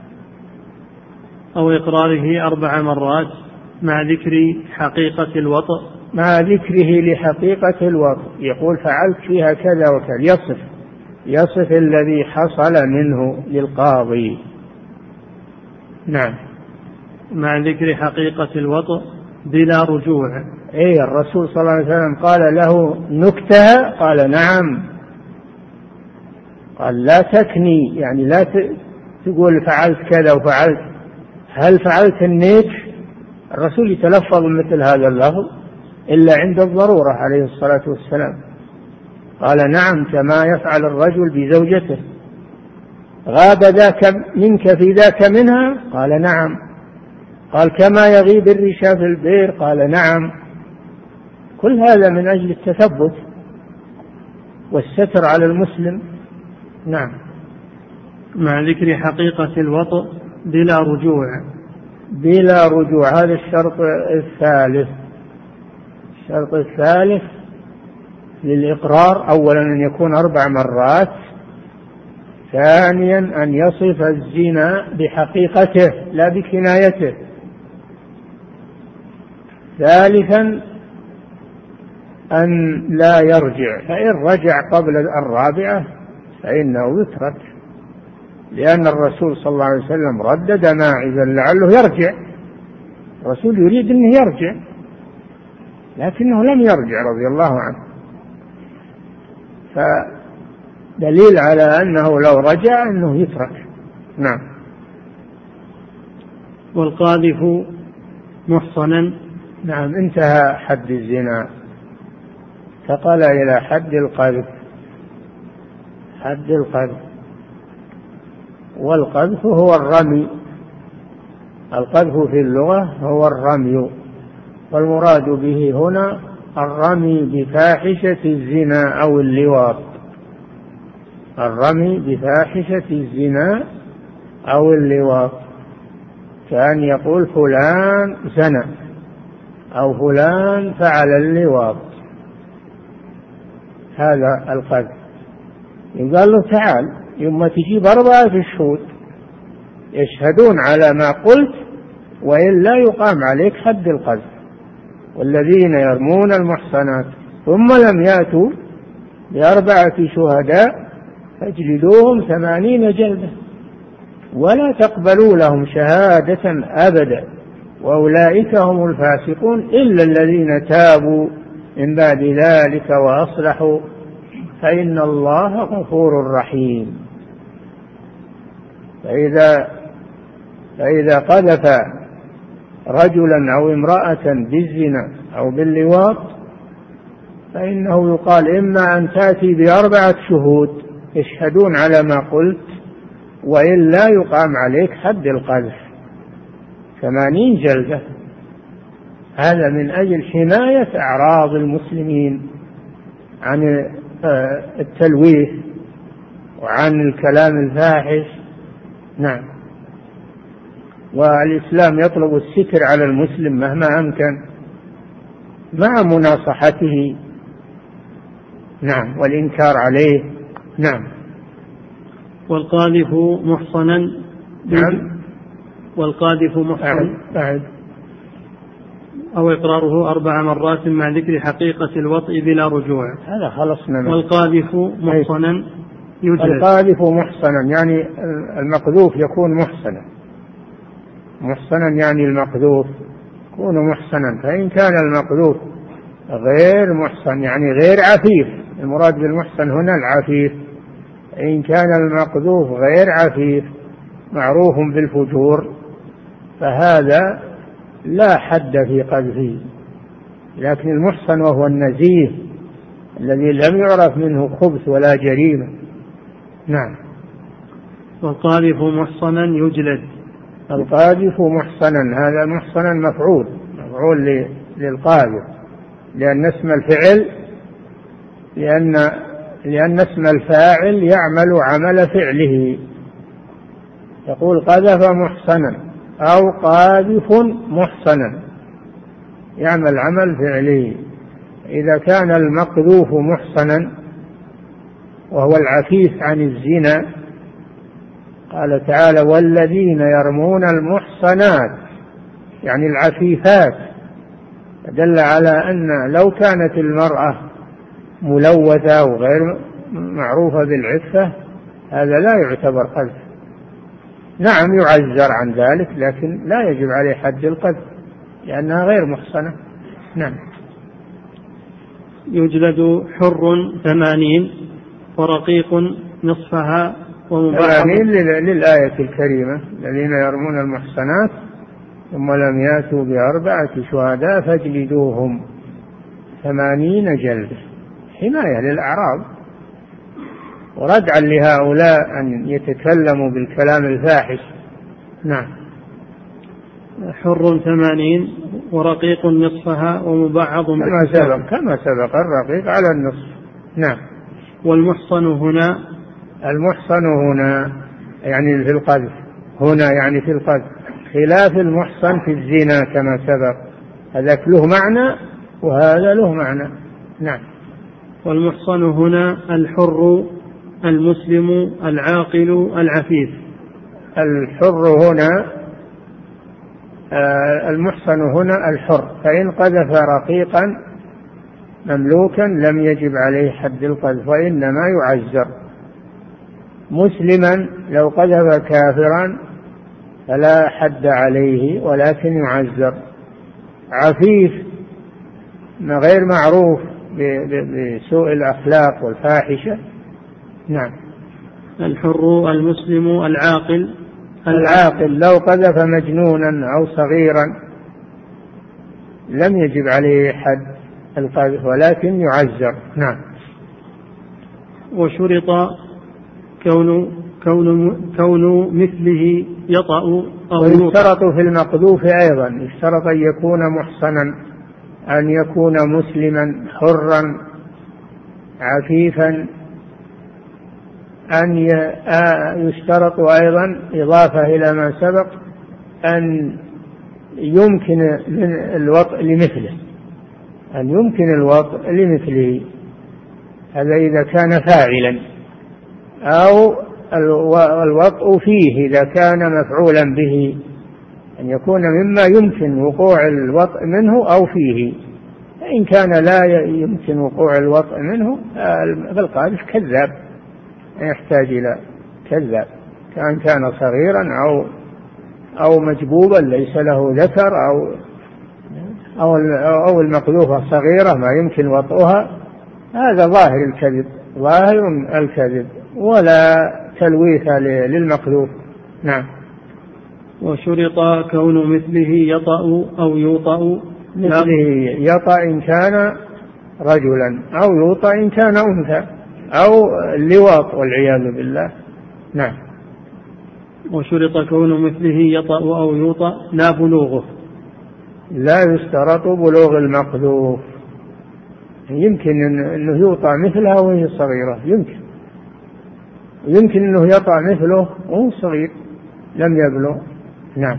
أو إقراره أربع مرات مع ذكر حقيقة الوطء، مع ذكره لحقيقة الوطء، يقول فعلت فيها كذا وكذا، يصف يصف الذي حصل منه للقاضي. نعم. مع ذكر حقيقة الوطء بلا رجوع. اي الرسول صلى الله عليه وسلم قال له نكتة، قال نعم، قال لا تكني، يعني لا تقول فعلت كذا وفعلت، هل فعلت النيت؟ الرسول يتلفظ مثل هذا اللفظ إلا عند الضرورة عليه الصلاة والسلام. قال نعم كما يفعل الرجل بزوجته. غاب ذاك منك في ذاك منها؟ قال نعم. قال كما يغيب الرشا في البئر؟ قال نعم. كل هذا من أجل التثبت والستر على المسلم. نعم. مع ذكر حقيقة الوطء بلا رجوع. بلا رجوع، هذا الشرط الثالث. الشرط الثالث للإقرار أولا أن يكون أربع مرات، ثانيا أن يصف الزنا بحقيقته لا بكنايته، ثالثا أن لا يرجع، فإن رجع قبل الرابعة فإنه يترك، لأن الرسول صلى الله عليه وسلم ردد ماعزا لعله يرجع، الرسول يريد أنه يرجع لكنه لم يرجع رضي الله عنه، فدليل على أنه لو رجع أنه يترك. نعم. والقاذف محصنا. نعم، انتهى حد الزنا، فقال إلى حد القذف. حد القذف، والقذف هو الرمي، القذف في اللغة هو الرمي، والمراد به هنا الرمي بفاحشة الزنا أو اللواط، الرمي بفاحشة الزنا أو اللواط، كأن يقول فلان زنى أو فلان فعل اللواط، هذا القذف. يقال له تعال يوم تجيب أربعة في الشهود يشهدون على ما قلت وإلا يقام عليك حد القذف، والذين يرمون المحصنات ثم لم يأتوا بأربعة شهداء فاجلدوهم ثمانين جلدة ولا تقبلوا لهم شهادة أبدا وأولئك هم الفاسقون إلا الذين تابوا من بعد ذلك وأصلحوا فإن الله غفور رحيم. فإذا فإذا قذف رجلا أو امرأة بالزنا أو باللواط فإنه يقال إما أن تأتي بأربعة شهود يشهدون على ما قلت وإلا يقام عليك حد القذف ثمانين جلدة. هذا من أجل حماية أعراض المسلمين عن التلويث وعن الكلام الفاحش. نعم. والإسلام يطلب الستر على المسلم مهما أمكن مع مناصحته، نعم، والإنكار عليه. نعم. والقاذف محصنا. نعم. والقاذف محصن بعد أو إقراره أربع مرات مع ذكر حقيقة الوطء بلا رجوع. هذا خلصنا منه. والقاذف محصنا يجلد. القاذف محصنا يعني المقذوف يكون محصنا، محصنا يعني المقذوف يكون محصنا، فإن كان المقذوف غير محصن يعني غير عفيف، المراد بالمحصن هنا العفيف، إن كان المقذوف غير عفيف معروف بالفجور فهذا لا حد في قذفه، لكن المحصن وهو النزيه الذي لم يعرف منه خبث ولا جريمة. نعم. والقاذف محصنا يجلد. القاذف محصنا، هذا محصنا مفعول مفعول للقاذف، لأن اسم الفعل لأن لأن اسم الفاعل يعمل عمل فعله. يقول قذف محصنا أو قاذف محصنا، يعمل عمل فعله. إذا كان المقذوف محصنا وهو العفيف عن الزنا، قال تعالى والذين يرمون المحصنات، يعني العفيفات، دل على أن لو كانت المرأة ملوثة وغير معروفة بالعفة هذا لا يعتبر قذف. نعم يعزر عن ذلك، لكن لا يجب عليه حد القذف لأنها غير محصنة. نعم. يجلد حر ثمانين ورقيق نصفها ثمانين للآية الكريمة الذين يرمون المحصنات ثم لم يأتوا بأربعة شهداء فاجلدوهم ثمانين جلدة، حماية للأعراض وردعا لهؤلاء أن يتكلموا بالكلام الفاحش. نعم. حر ثمانين ورقيق نصفها ومبعض كما سبق كما سبق الرقيق على النصف. نعم. والمحصن هنا المحصن هنا يعني في القذف، هنا يعني في القذف، خلاف المحصن في الزنا كما سبق، هذاك له معنى وهذا له معنى. نعم. والمحصن هنا الحر المسلم العاقل العفيف. الحر هنا المحصن هنا الحر، فإن قذف رقيقا مملوكا لم يجب عليه حد القذف وإنما يعزر. مسلما لو قذف كافرا فلا حد عليه ولكن يعزر. عفيف غير معروف بسوء الأخلاق والفاحشة. نعم. الحر المسلم العاقل العاقل لو قذف مجنونا أو صغيرا لم يجب عليه حد القذف ولكن يعزر. نعم. وشرط كون كون كون مثله يطأ أو يشترط في المقذوف أيضا، يشترط أن يكون محصنا، أن يكون مسلما حرا عفيفا، أن يشترط أيضا إضافة إلى ما سبق أن يمكن الوطء لمثله، أن يمكن الوطء لمثله، هذا إذا كان فاعلا، أو الوطء فيه إذا كان مفعولا به، أن يكون مما يمكن وقوع الوطء منه أو فيه. إن كان لا يمكن وقوع الوطء منه فالقاذف كذاب، يحتاج إلى كذاب، كان كان صغيرا أو أو مجبوبا ليس له ذكر أو أو أو المقذوفة صغيرة ما يمكن وطئها، هذا ظاهر الكذب، ظاهر الكذب ولا تلويث للمقذوف. نعم. وشرط كون مثله يطأ أو يوطأ، مثله يطأ إن كان رجلا أو يوطأ إن كان أنثى، أو اللواط والعياذ بالله. نعم. وشرط كون مثله يطأ أو يوطأ لا بلوغه، لا يشترط بلوغ المقذوف، يمكن أنه يوطأ مثلها وهي صغيرة، يمكن يمكن أنه يطأ مثله وهو صغير لم يبلغ. نعم.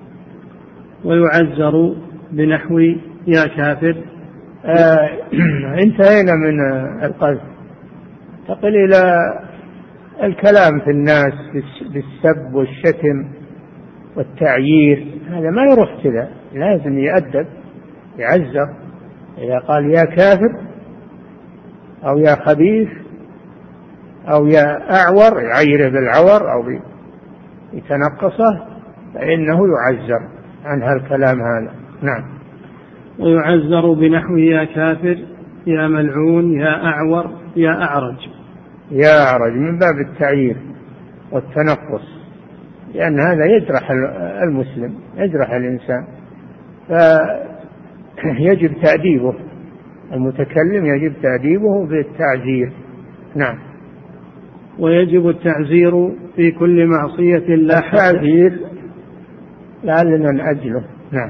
ويعزر بنحو يا كافر. آه انتهينا من القذف، تقل إلى الكلام في الناس بالسب والشتم والتعيير، هذا ما يروح كذا، لازم يؤدب يعزر. إذا قال يا كافر أو يا خبيث أو يا أعور يعيره بالعور أو يتنقصه فإنه يعزر عن هالكلام هذا. نعم. ويعزر بنحو يا كافر يا ملعون يا أعور يا أعرج. يا أعرج من باب التعيير والتنقص، لأن هذا يجرح المسلم، يجرح الإنسان، فيجب تأديبه المتكلم يجب تأديبه بالتعزير. نعم. ويجب التعزير في كل معصية لا التعزير لعلنا نأجله. نعم.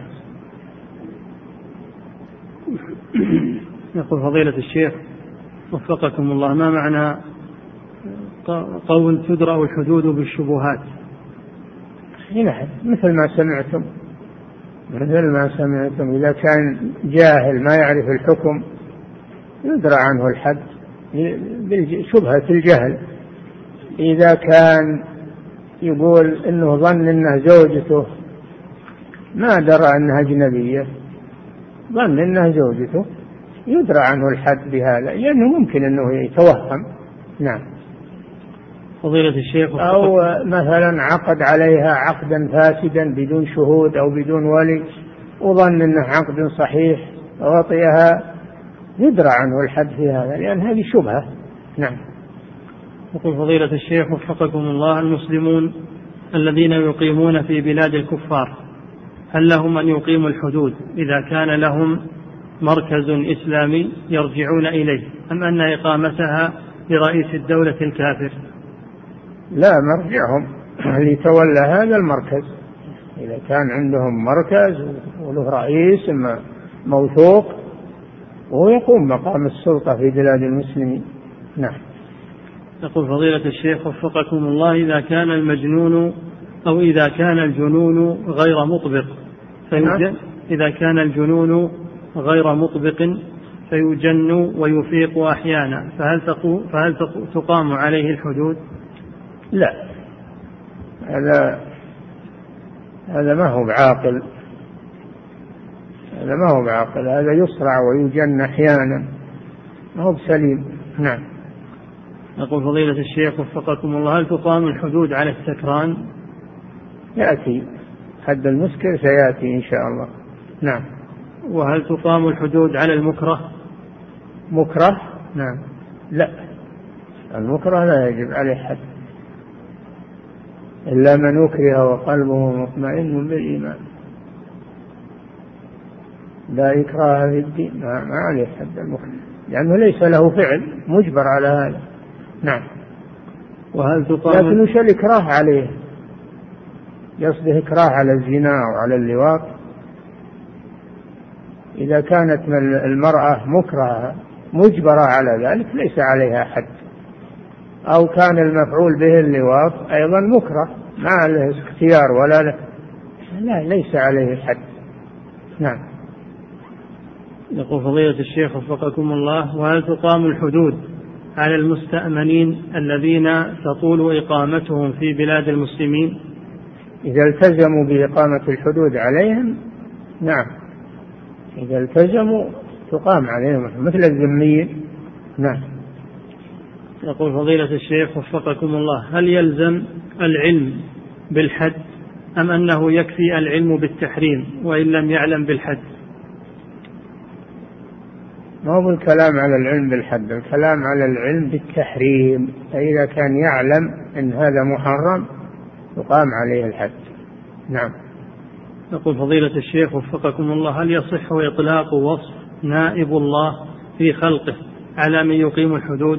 يقول فضيلة الشيخ وفقكم الله، ما معنى قول تدرأ الحدود بالشبهات؟ نعم، مثل ما سمعتم مثل ما سمعتم إذا كان جاهل ما يعرف الحكم يدرأ عنه الحد بشبهة الجهل. إذا كان يقول إنه ظن إنه زوجته ما درى أنها أجنبية، ظن إنها زوجته، يدرى عنه الحد بهذا لأنه ممكن أنه يتوهم. نعم. فضيلة الشيخ أو مثلا عقد عليها عقدا فاسدا بدون شهود أو بدون ولي وظن أنه عقد صحيح ووطئها، يدرى عنه الحد في هذا لأن هذه شبهة. نعم. يقول فضيلة الشيخ وفقكم الله، المسلمون الذين يقيمون في بلاد الكفار هل لهم أن يقيموا الحدود إذا كان لهم مركز إسلامي يرجعون إليه، أم أن إقامتها لرئيس الدولة الكافر؟ لا، مرجعهم اللي تولى هذا المركز. إذا كان عندهم مركز وله رئيس موثوق وهو يقوم مقام السلطة في بلاد المسلمين. نعم. يقول فضيلة الشيخ وفقكم الله، إذا كان المجنون أو إذا كان الجنون غير مطبق فيجن إذا كان الجنون غير مطبق فيجن ويفيق أحيانا، فهل فهل تقام عليه الحدود؟ لا، هذا هذا ما هو بعاقل، هذا ما هو بعاقل، هذا يصرع ويجن أحيانا، ما هو بسليم. نعم. يقول فضيلة الشيخ وفقكم الله، هل تقام الحدود على السكران؟ يأتي حد المسكر سيأتي إن شاء الله. نعم. وهل تقام الحدود على المكره؟ مكره؟ نعم. لا، المكره لا يجب عليه حد إلا من أكره وقلبه مطمئن بالإيمان، لا إكراه في الدين، ما عليه حد المكره لأنه ليس له فعل مجبر على هذا. نعم. وهل تقام لكن وش الإكراه عليه؟ يصدق إكراه على الزنا وعلى اللواط. إذا كانت المرأة مكرهة مجبرة على ذلك ليس عليها حد، أو كان المفعول به اللواط أيضا مكره ما له اختيار ولا له، لا ليس عليه حد. نعم. يقول فضيلة الشيخ وفقكم الله، وهل تقام الحدود على المستأمنين الذين تطول إقامتهم في بلاد المسلمين؟ إذا التزموا بإقامة الحدود عليهم نعم، إذا التزموا تقام عليهم مثل الذميين. نعم. يقول فضيلة الشيخ وفقكم الله، هل يلزم العلم بالحد أم أنه يكفي العلم بالتحريم وإن لم يعلم بالحد؟ ما هو الكلام على العلم بالحد، الكلام على العلم بالتحريم، فإذا كان يعلم أن هذا محرم يقام عليه الحد. نعم. يقول فضيلة الشيخ وفقكم الله، هل يصح إطلاق وصف نائب الله في خلقه على من يقيم الحدود؟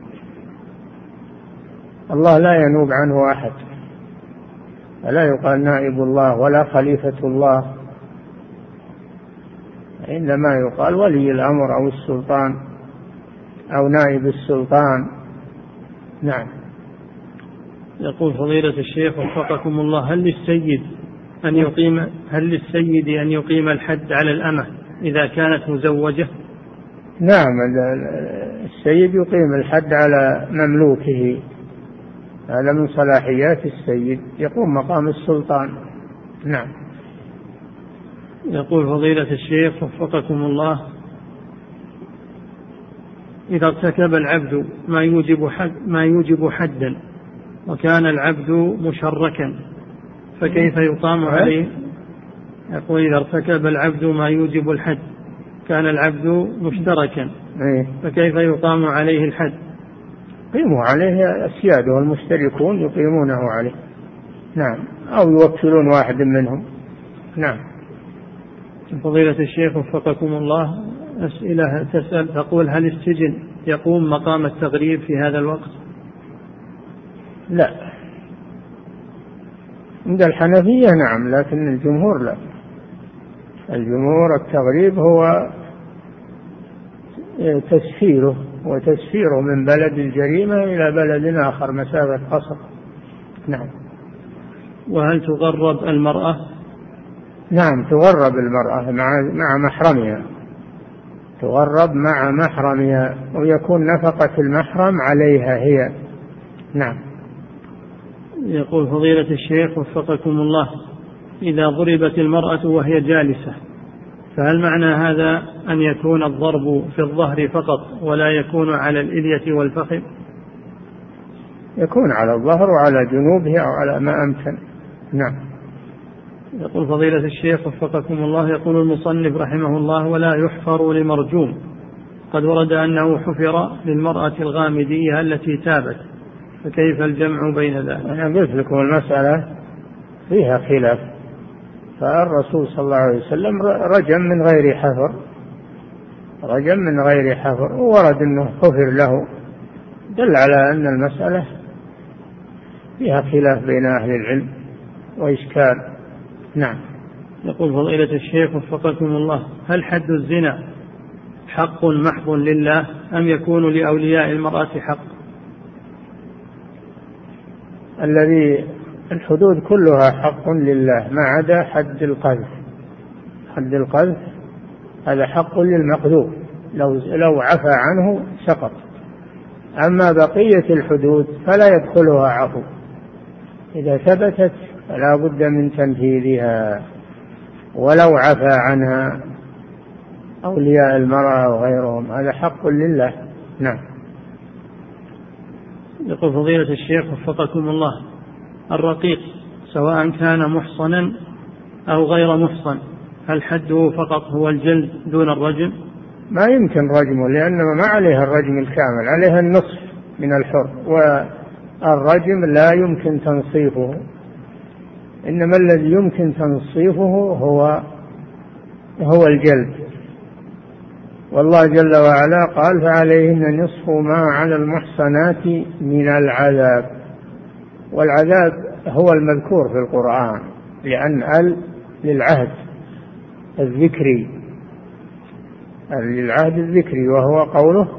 الله لا ينوب عنه أحد، فلا يقال نائب الله ولا خليفة الله، إنما يقال ولي الأمر أو السلطان أو نائب السلطان. نعم. يقول فضيلة الشيخ وفقكم الله، هل للسيد أن يقيم هل للسيد أن يقيم الحد على الأمة إذا كانت مزوجة؟ نعم، السيد يقيم الحد على مملوكه، هذا من صلاحيات السيد، يقوم مقام السلطان. نعم. يقول فضيلة الشيخ وفقكم الله، إذا ارتكب العبد ما يوجب حد ما يوجب حدا وكان العبد مشركا فكيف يقام عليه؟ يقول إذا ارتكب العبد ما يوجب الحد كان العبد مشتركا فكيف يقام عليه الحد؟ يقيموا عليه السيادة والمشتركون يقيمونه عليه. نعم، أو يوكلون واحد منهم. نعم. فضيلة الشيخ وفقكم الله، أسئلة تسأل تقول هل السجن يقوم مقام التغريب في هذا الوقت؟ لا، عند الحنفية نعم، لكن الجمهور لا. الجمهور التغريب هو تسفيره وتسفيره من بلد الجريمة إلى بلد آخر مسافة قصر. نعم. وهل تغرب المرأة؟ نعم تغرب المرأة مع مع محرمها، تغرب مع محرمها، ويكون نفقة المحرم عليها هي. نعم. يقول فضيلة الشيخ وفقكم الله، إذا ضربت المرأة وهي جالسة فهل معنى هذا أن يكون الضرب في الظهر فقط ولا يكون على الإلية والفخذ؟ يكون على الظهر وعلى جنوبها أو على ما أمكن. نعم. يقول فضيلة الشيخ وفقكم الله، يقول المصنف رحمه الله ولا يحفر لمرجوم، قد ورد أنه حفر للمرأة الغامدية التي تابت، فكيف الجمع بين ذلك؟ أنا قلت لكم المسألة فيها خلاف، فالرسول صلى الله عليه وسلم رجم من غير حفر، رجم من غير حفر، وورد أنه حفر له، دل على أن المسألة فيها خلاف بين أهل العلم وإشكال. نعم. يقول فضيلة الشيخ وفقكم الله، هل حد الزنا حق محض لله أم يكون لأولياء المرأة حق؟ الذي الحدود كلها حق لله ما عدا حد القذف. حد القذف هذا حق للمقذوف، لو لو عفى عنه سقط. أما بقية الحدود فلا يدخلها عفو، إذا ثبتت فلا بد من تنفيذها، ولو عفى عنها أولياء المرأة وغيرهم هذا حق لله. نعم. يقول فضيلة الشيخ وفقكم الله، الرقيق سواء كان محصنا أو غير محصن هل حده فقط هو الجلد دون الرجم؟ ما يمكن رجمه، لأنه ما عليها الرجم الكامل، عليها النصف من الحر، والرجم لا يمكن تنصيفه، إنما الذي يمكن تنصيفه هو هو الجلد. والله جل وعلا قال فعليهن نصف ما على المحصنات من العذاب، والعذاب هو المذكور في القرآن، لأن ال للعهد الذكري، للعهد الذكري، وهو قوله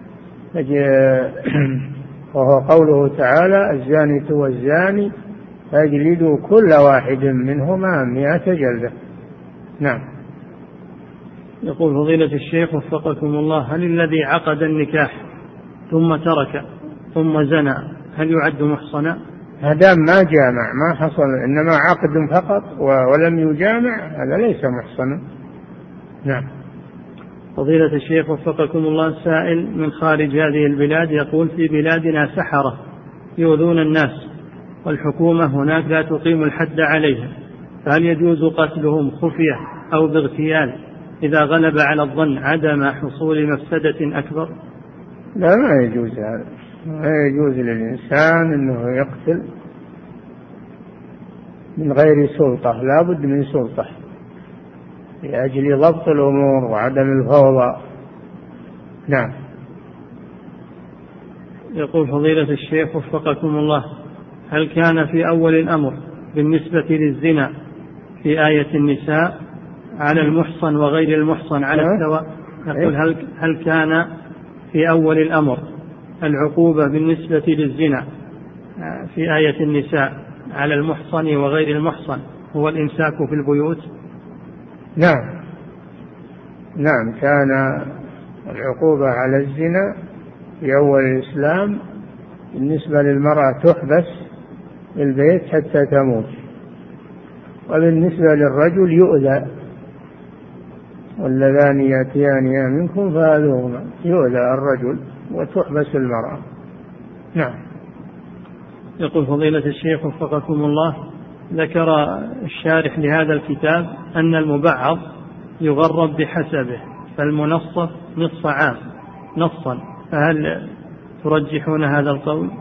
وهو قوله تعالى الزانية والزاني فاجلدوا كل واحد منهما مئة جلدة. نعم. يقول فضيلة الشيخ وفقكم الله، هل الذي عقد النكاح ثم ترك ثم زنى هل يعد محصنا؟ هذا ما جامع، ما حصل، إنما عقد فقط ولم يجامع، هذا ليس محصنا. نعم. فضيلة الشيخ وفقكم الله، سائل من خارج هذه البلاد يقول في بلادنا سحرة يؤذون الناس والحكومة هناك لا تقيم الحد عليهم، فهل يجوز قتلهم خفية أو باغتيال إذا غلب على الظن عدم حصول مفسدة أكبر؟ لا، ما يجوز هذا، ما يجوز للإنسان أنه يقتل من غير سلطة، لا بد من سلطة لأجل ضبط الأمور وعدم الفوضى. نعم. يقول فضيلة الشيخ وفقكم الله، هل كان في أول الأمر بالنسبة للزنا في آية النساء على المحصن وغير المحصن على السواء؟ يقول هل هل كان في أول الأمر العقوبة بالنسبة للزنا في آية النساء على المحصن وغير المحصن هو الإمساك في البيوت؟ نعم. نعم، كان العقوبة على الزنا في أول الإسلام بالنسبة للمرأة تحبس في البيت حتى تموت، وبالنسبة للرجل يؤذى، واللذان يأتيان منكم فآذوهما، يؤذى الرجل وتحبس المرأة. نعم. يقول فضيلة الشيخ وفقكم الله، ذكر الشارح لهذا الكتاب أن المبعض يغرب بحسبه، فالمنصف نصف عام نصا، فهل ترجحون هذا القول؟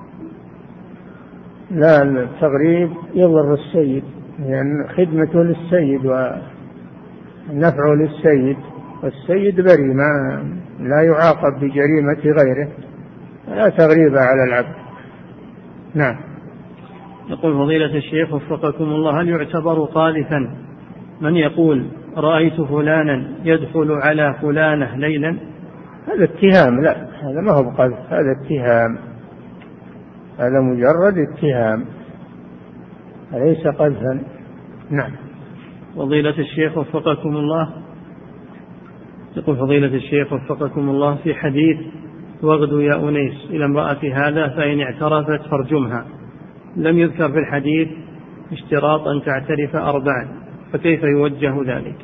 لا، التغريب يضر السيد، لأن يعني خدمته للسيد ونفعه للسيد، والسيد بريء، ما لا يعاقب بجريمة غيره، لا تغريب على العبد. نعم. يقول فضيلة الشيخ وفقكم الله: هل يعتبر قاذفا من يقول رأيت فلانا يدخل على فلانة ليلا؟ هذا اتهام، لا هذا ما هو بقذف، هذا اتهام، هذا مجرد اتهام ليس قذفا. نعم. فضيلة الشيخ وفقكم الله، يقول فضيلة الشيخ وفقكم الله: في حديث واغدو يا أنيس إلى امرأة هذا فإن اعترفت فارجمها، لم يذكر في الحديث اشتراط أن تعترف أربعا، فكيف يوجه ذلك؟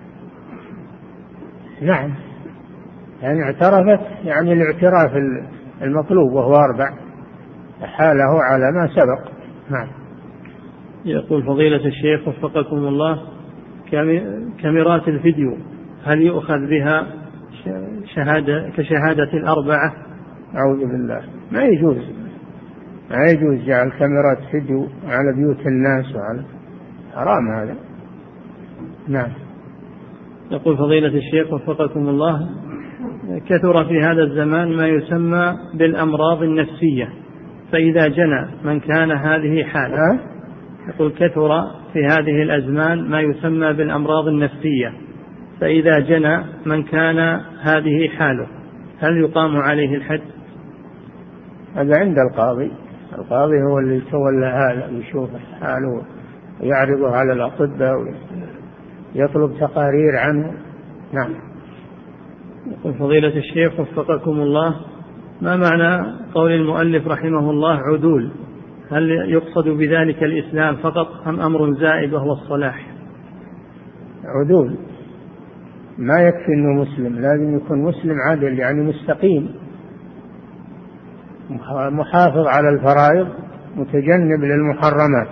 نعم، يعني اعترفت يعني الاعتراف المطلوب وهو أربع، حاله على ما سبق. نعم. يقول فضيلة الشيخ وفقكم الله: كاميرات الفيديو هل يؤخذ بها شهادة كشهادة الأربعة؟ أعوذ بالله، ما يجوز، ما يجوز جعل كاميرات فيديو على بيوت الناس، وعلى حرام هذا. نعم. يقول فضيلة الشيخ وفقكم الله: كثر في هذا الزمان ما يسمى بالأمراض النفسية، فإذا جنى من كان هذه حالة. يقول كثر في هذه الأزمان ما يسمى بالأمراض النفسية، فإذا جنى من كان هذه حاله هل يقام عليه الحد؟ هذا عند القاضي، القاضي هو اللي يتولى هذا، يشوف حاله ويعرضه على الأطباء ويطلب تقارير عنه. نعم. يقول فضيلة الشيخ وفقكم الله: ما معنى قول المؤلف رحمه الله عدول؟ هل يقصد بذلك الإسلام فقط أم أمر زائد وهو الصلاح؟ عدول ما يكفي أنه مسلم، لازم يكون مسلم عادل، يعني مستقيم، محافظ على الفرائض، متجنب للمحرمات،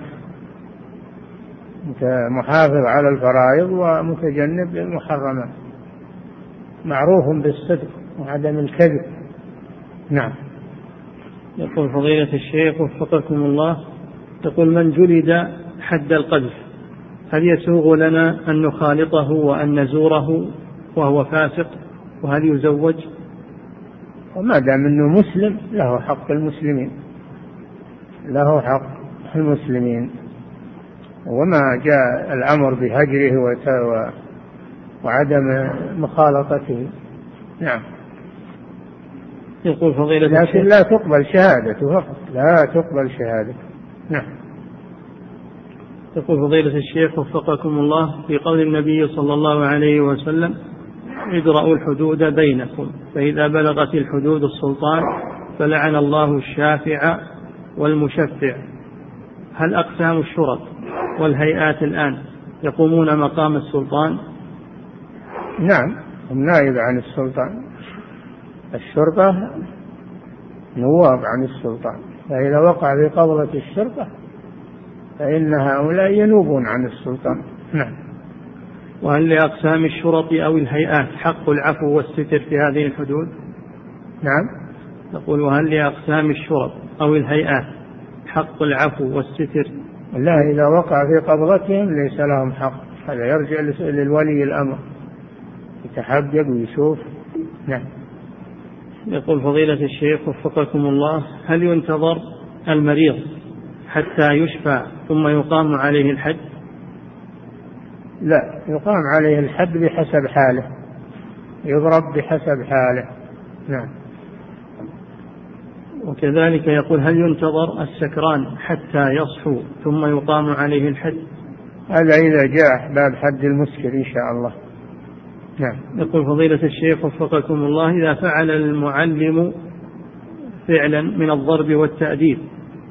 محافظ على الفرائض ومتجنب للمحرمات، معروف بالصدق وعدم الكذب. نعم. يقول فضيلة الشيخ وفقكم الله: يقول من جلد حد القذف هل يسوغ لنا أن نخالطه وأن نزوره وهو فاسق، وهل يزوج؟ وما دام أنه مسلم له حق المسلمين، له حق المسلمين، وما جاء الأمر بهجره وعدم مخالطته. نعم. يقول فضيلة لكن لا تقبل شهادته فقط، لا تقبل شهادته. نعم. يقول فضيلة الشيخ وفقكم الله: في قول النبي صلى الله عليه وسلم ادرأوا الحدود بينكم، فإذا بلغت الحدود السلطان فلعن الله الشافع والمشفع، هل أقسام الشرط والهيئات الآن يقومون مقام السلطان؟ نعم، هم نائب عن السلطان، الشرطة نواب عن السلطان، فإذا وقع في قبضة الشرطة فإن هؤلاء ينوبون عن السلطان. نعم. وهل لأقسام الشرط أو الهيئات حق العفو والستر في هذه الحدود؟ نعم. نقول وهل لأقسام الشرط أو الهيئات حق العفو والستر؟ لا، إذا وقع في قبضتهم ليس لهم حق، هذا يرجع للولي الأمر يتحقق ويشوف. نعم. يقول فضيلة الشيخ وفقكم الله: هل ينتظر المريض حتى يشفى ثم يقام عليه الحد؟ لا، يقام عليه الحد بحسب حاله، يضرب بحسب حاله. نعم. وكذلك يقول: هل ينتظر السكران حتى يصحو ثم يقام عليه الحد؟ هذا إذا جاء باب حد المسكر إن شاء الله. نعم. يقول فضيلة الشيخ وفقكم الله: إذا فعل المعلم فعلا من الضرب والتأديب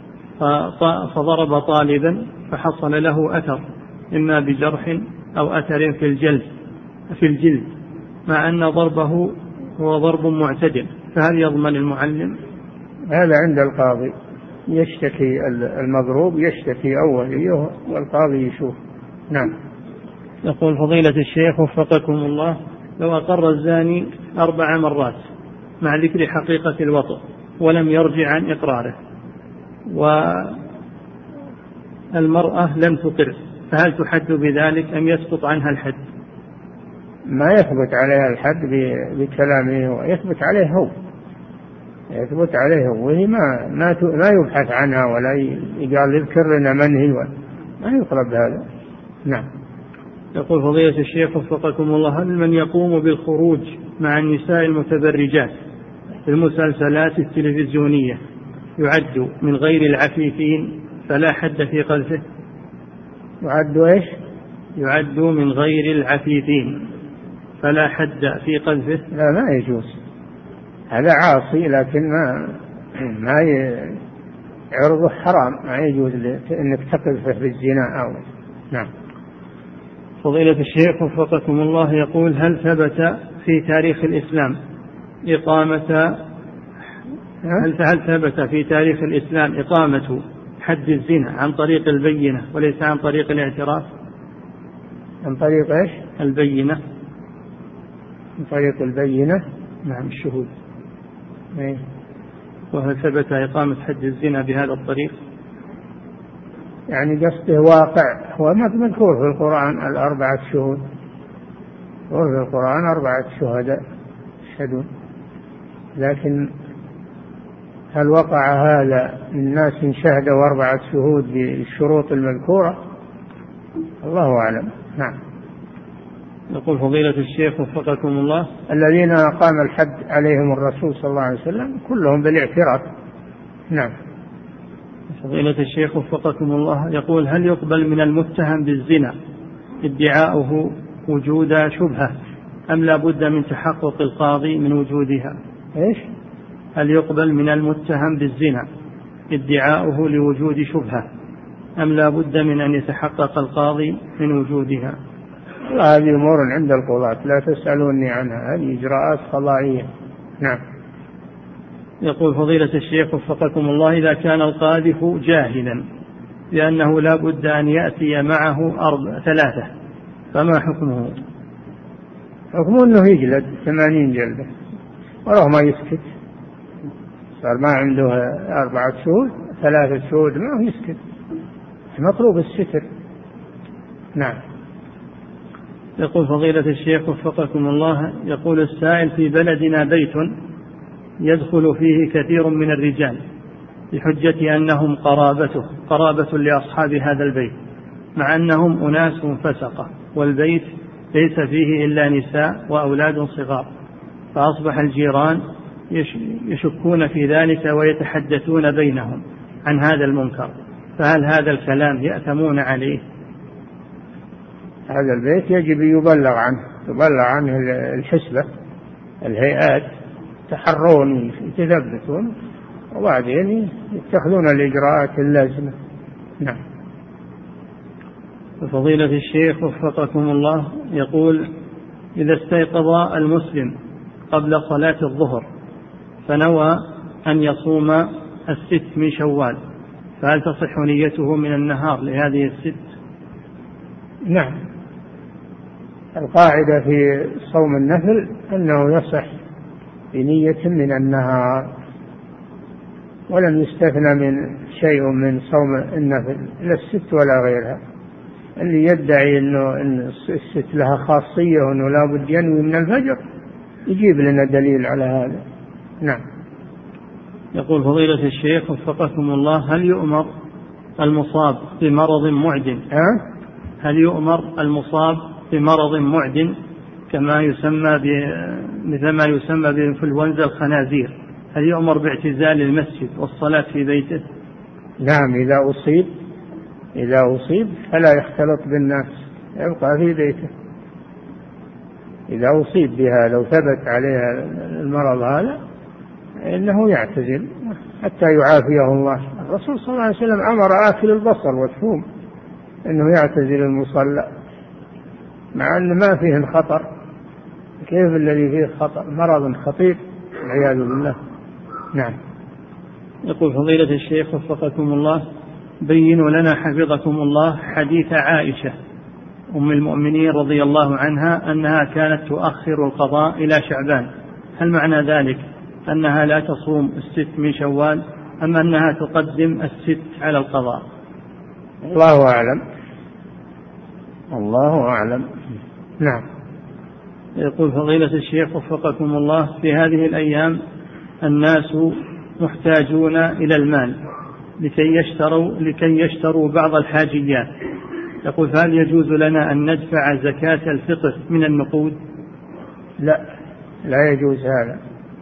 فضرب طالبا فحصل له أثر إما بجرح أو أثر في الجلد في الجلد مع أن ضربه هو ضرب معتدل، فهل يضمن المعلم؟ هذا عند القاضي، يشتكي المضروب، يشتكي أوليه والقاضي يشوف. نعم. يقول فضيلة الشيخ وفقكم الله: لو أقر الزاني أربع مرات مع ذكر حقيقة الوطء ولم يرجع عن إقراره والمرأة لم تقر، فهل تحد بذلك أم يسقط عنها الحد؟ ما يثبت عليها الحد بكلامه ويثبت عليه هو يثبت عليه هو وهي ما ما ما يبحث عنها ولا يقال يذكر لنا من هي ما يطلب هذا. نعم. يقول فضيلة الشيخ وفقكم الله هل من يقوم بالخروج مع النساء المتبرجات في المسلسلات التلفزيونية يعد من غير العفيفين فلا حد في قذفه؟ يعد ايش؟ يعد من غير العفيفين فلا حد في قذفه؟ لا ما يجوز، هذا عاصي لكن ما ما عرضه حرام، ما يجوز انك تقذفه بالزنا او. نعم. فضيلة الشيخ وفقكم الله يقول هل ثبت في تاريخ الإسلام إقامة هل هل ثبت في تاريخ الإسلام إقامة حد الزنا عن طريق البينة وليس عن طريق الاعتراف؟ عن طريق ايش؟ البينة. عن طريق البينة. نعم الشهود. ايه. وهل ثبت إقامة حد الزنا بهذا الطريق؟ يعني قصده واقع، هو ما مذكور في القرآن الأربعة شهود، مذكور في القرآن أربعة شهداء يشهدون، لكن هل وقع هذا الناس شهدوا أربعة شهود بالشروط المذكورة؟ الله أعلم. نعم. يقول فضيلة الشيخ وفقكم الله الذين أقام الحد عليهم الرسول صلى الله عليه وسلم كلهم بالاعتراف. نعم. فضيلة الشيخ وفقكم الله يقول هل يقبل من المتهم بالزنا ادعاؤه وجود شبهة أم لا بد من تحقق القاضي من وجودها؟ إيش؟ هل يقبل من المتهم بالزنا ادعاؤه لوجود شبهة أم لا بد من أن يتحقق القاضي من وجودها؟ هذه أمور عند القضاة لا تسألوني عنها، هذه إجراءات قضائية. نعم. يقول فضيلة الشيخ وفقكم الله إذا كان القاذف جاهلا لأنه لا بد أن يأتي معه أربع ثلاثة فما حكمه؟ حكمه أنه يجلد ثمانين جلدة ولو ما يسكت، صار ما عنده أربعة شهود ثلاثة شهود ما هو يسكت، مطلوب الستر. نعم. يقول فضيلة الشيخ وفقكم الله يقول السائل في بلدنا بيت يدخل فيه كثير من الرجال بحجة أنهم قرابته قرابة لأصحاب هذا البيت مع أنهم أناس فسقة والبيت ليس فيه إلا نساء وأولاد صغار، فأصبح الجيران يشكون في ذلك ويتحدثون بينهم عن هذا المنكر، فهل هذا الكلام يأثمون عليه؟ هذا البيت يجب يبلغ عنه يبلغ عنه الحسبة الهيئات يتحرون يتثبتون وبعدين يتخذون الإجراءات اللازمة. نعم. فضيلة الشيخ وفقكم الله يقول إذا استيقظ المسلم قبل صلاة الظهر فنوى أن يصوم الست من شوال فهل تصح نيته من النهار لهذه الست؟ نعم. القاعدة في صوم النفل أنه يصح بنية من النهار ولم يستثنى من شيء من صوم النفل لا الست ولا غيرها. اللي يدعي أنه إن الست لها خاصية وأنه لا بد ينوي من الفجر يجيب لنا دليل على هذا. نعم. يقول فضيلة الشيخ وفقكم الله هل يؤمر المصاب بمرض معد أه؟ هل يؤمر المصاب بمرض معد كما يسمى مثل ما يسمى بإنفلونزا الخنازير هل يؤمر باعتزال المسجد والصلاة في بيته؟ نعم. إذا أصيب إذا أصيب فلا يختلط بالناس يبقى في بيته. إذا أصيب بها لو ثبت عليها المرض هذا إنه يعتزل حتى يعافيه الله. الرسول صلى الله عليه وسلم أمر آكل البصل والثوم إنه يعتزل المصلى مع أن ما فيه الخطر. كيف الذي فيه خطر؟ مرض خطير والعياذ بالله. نعم. يقول فضيلة الشيخ وفقكم الله بينوا لنا حفظكم الله حديث عائشة أم المؤمنين رضي الله عنها أنها كانت تؤخر القضاء إلى شعبان، هل معنى ذلك أنها لا تصوم الست من شوال أم أنها تقدم الست على القضاء؟ الله أعلم. الله أعلم. نعم. يقول فضيلة الشيخ وفقكم الله، في هذه الأيام الناس محتاجون إلى المال لكي يشتروا, لكي يشتروا بعض الحاجيات، يقول فهل يجوز لنا أن ندفع زكاة الفطر من النقود؟ لا، لا يجوز هذا،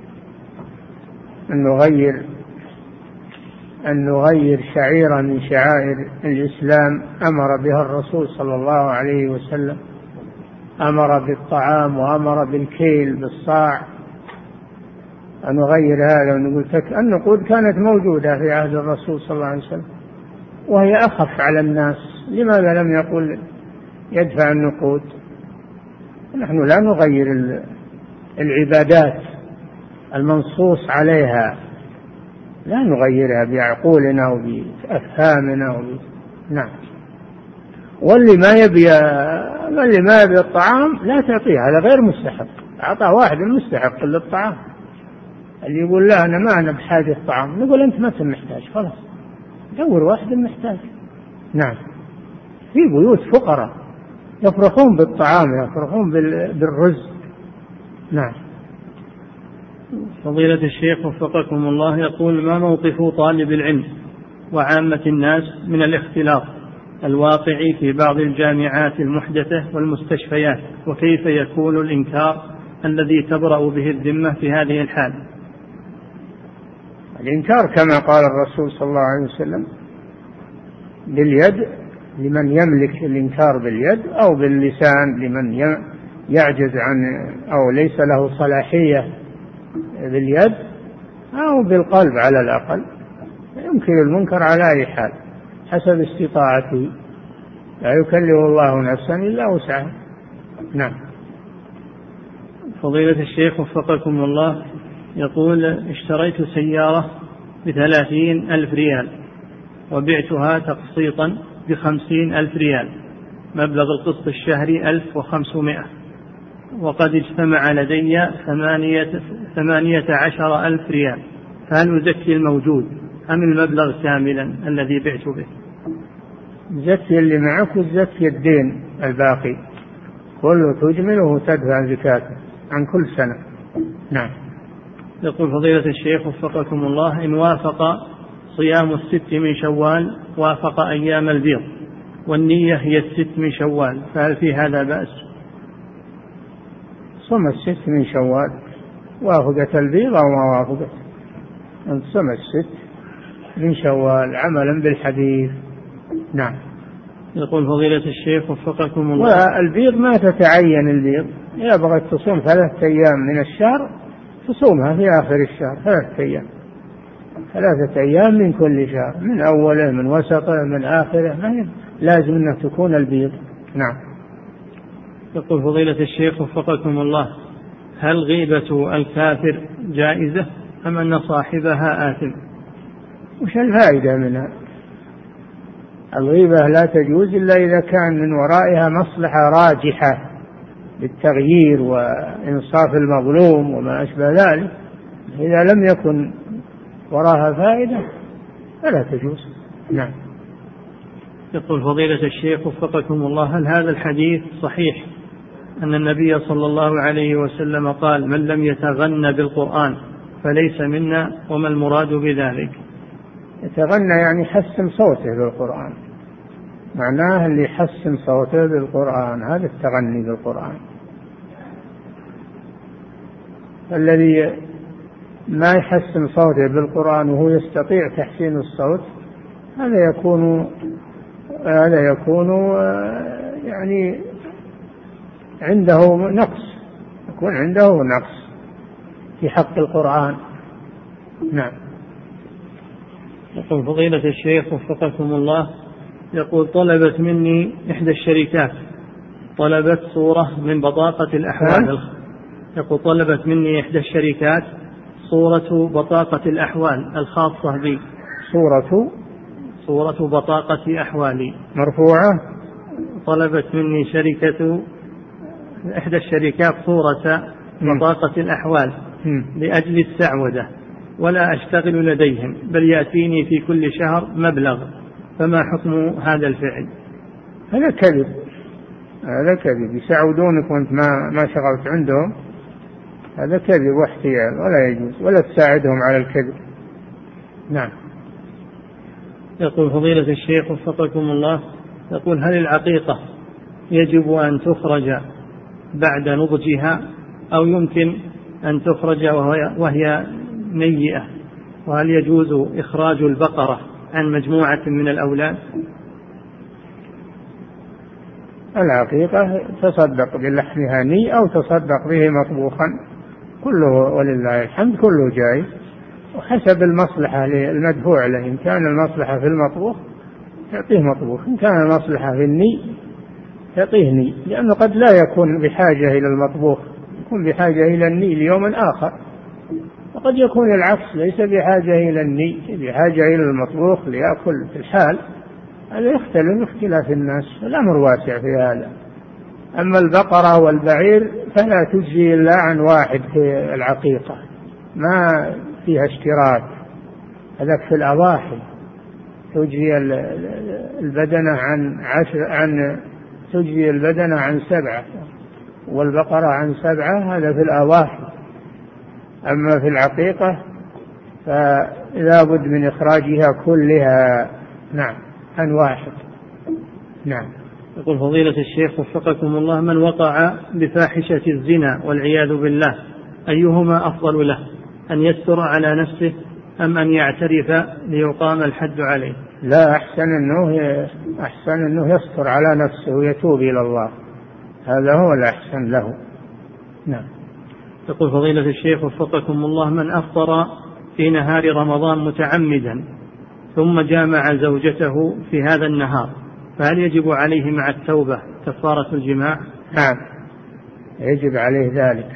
أن نغير أن نغير شعيرة من شعائر الإسلام أمر بها الرسول صلى الله عليه وسلم، أمر بالطعام وأمر بالكيل بالصاع، أن نغير هذا ونقول النقود كانت موجودة في عهد الرسول صلى الله عليه وسلم وهي أخف على الناس، لماذا لم يقل يدفع النقود؟ نحن لا نغير العبادات المنصوص عليها، لا نغيرها بعقولنا وبأفهامنا وب... نعم. واللي ما يبي واللي ما يبي الطعام لا تعطيه، هذا غير مستحق، أعطاه واحد مستحق للطعام. اللي يقول لا أنا ما أنا بحاجة الطعام، نقول أنت ما محتاج، خلاص دور واحد محتاج. نعم. في بيوت فقراء يفرحون بالطعام، يفرحون بالرزق. نعم. فضيلة الشيخ وفقكم الله، يقول ما موقف طالب العلم وعامة الناس من الاختلاط الواقع في بعض الجامعات المحدثة والمستشفيات، وكيف يكون الإنكار الذي تبرأ به الذمة في هذه الحال؟ الإنكار كما قال الرسول صلى الله عليه وسلم باليد لمن يملك الإنكار باليد، أو باللسان لمن يعجز عن أو ليس له صلاحية باليد، أو بالقلب على الأقل، ينكر المنكر على أي حال حسب استطاعته، لا يكلف الله نفسا إلا وسعها. نعم. فضيلة الشيخ وفقكم الله، يقول اشتريت سيارة بثلاثين ألف ريال وبعتها تقسيطا بخمسين ألف ريال، مبلغ القسط الشهري ألف وخمسمائة، وقد اجتمع لدي ثمانية, ثمانية عشر ألف ريال، فهل نزكي الموجود أم المبلغ كاملا الذي بعت به؟ زكي اللي معك وزكي الدين الباقي كله تجمله تدفع زكاته عن كل سنة. نعم. يقول فضيلة الشيخ وفقكم الله، إن وافق صيام الست من شوال وافق أيام البيض والنية هي الست من شوال، فهل في هذا بأس؟ صم الست من شوال وافقت البيض أو ما وافقت، أن صم الست من شوال عملا بالحديث. نعم. يقول فضيلة الشيخ وفقكم الله، والبيض ما تتعين البيض، إذا بغت تصوم ثلاثة أيام من الشهر تصومها في آخر الشهر، ثلاثة أيام ثلاثة أيام من كل شهر، من أوله من وسطه من آخره، ما لازم أن تكون البيض. نعم. يقول فضيلة الشيخ وفقكم الله، هل غيبة الكافر جائزة أم أن صاحبها آثم؟ وش الفائدة منها؟ الغيبة لا تجوز إلا إذا كان من ورائها مصلحة راجحة للتغيير وإنصاف المظلوم وما أشبه ذلك. إذا لم يكن وراها فائدة فلا تجوز. نعم. يقول فضيلة الشيخ وفقكم الله، هل هذا الحديث صحيح أن النبي صلى الله عليه وسلم قال من لم يتغنى بالقرآن فليس منا، وما المراد بذلك؟ يتغنى يعني يحسن صوته بالقرآن، معناه اللي يحسن صوته بالقرآن، هذا التغني بالقرآن. الذي ما يحسن صوته بالقرآن وهو يستطيع تحسين الصوت هذا يكون هذا يكون يعني عنده نقص، يكون عنده نقص في حق القرآن. نعم. يقول فضيلة الشيخ وفقكم الله، يقول طلبت مني إحدى الشركات طلبت صورة من بطاقة الأحوال. يقول طلبت مني إحدى الشركات صورة بطاقة الأحوال الخاصة بي. صورة صورة بطاقة أحوالي مرفوعة. طلبت مني شركة إحدى الشركات صورة بطاقة الأحوال لأجل السعودة، ولا أشتغل لديهم بل يأتيني في كل شهر مبلغ، فما حكم هذا الفعل؟ هذا كذب، هذا كذب، يساعدونك وأنت ما ما شغلت عندهم، هذا كذب واحتيال ولا يجوز، ولا تساعدهم على الكذب. نعم. يقول فضيلة الشيخ وفقكم الله، يقول هل العقيقة يجب أن تخرج بعد نضجها أو يمكن أن تخرج وهي نيئة؟ وهل يجوز إخراج البقرة عن مجموعة من الأولاد؟ العقيقة تصدق بلحمها ني أو تصدق به مطبوخا، كله ولله الحمد كله جائز، وحسب المصلحة للمدفوع له. إن كان المصلحة في المطبوخ تعطيه مطبوخ، إن كان المصلحة في الني تعطيه ني، لأنه قد لا يكون بحاجة إلى المطبوخ، يكون بحاجة إلى الني ليوم آخر، وقد يكون العكس، ليس بحاجة إلى الني، بحاجة إلى المطبوخ ليأكل في الحال. هذا يختلف اختلاف الناس، الأمر واسع في هذا. أما البقرة والبعير فلا تجزي إلا عن واحد في العقيقة، ما فيها اشتراك، هذاك في الأضاحي تجزي البدنة عن عشر عن تجزي البدنة عن سبعة، والبقرة عن سبعة، هذا في الأضاحي. أما في العقيقة فلا بد من إخراجها كلها، نعم، عن واحد. نعم. يقول فضيلة الشيخ وفقكم الله، من وقع بفاحشة الزنا والعياذ بالله أيهما أفضل له، أن يستر على نفسه أم أن يعترف ليقام الحد عليه؟ لا، أحسن أنه أحسن أنه يستر على نفسه ويتوب إلى الله، هذا هو الأحسن له. نعم. يقول فضيلة الشيخ وفقكم الله، من أفطر في نهار رمضان متعمدا ثم جامع زوجته في هذا النهار، فهل يجب عليه مع التوبة كفارة الجماع؟ نعم، يجب عليه ذلك،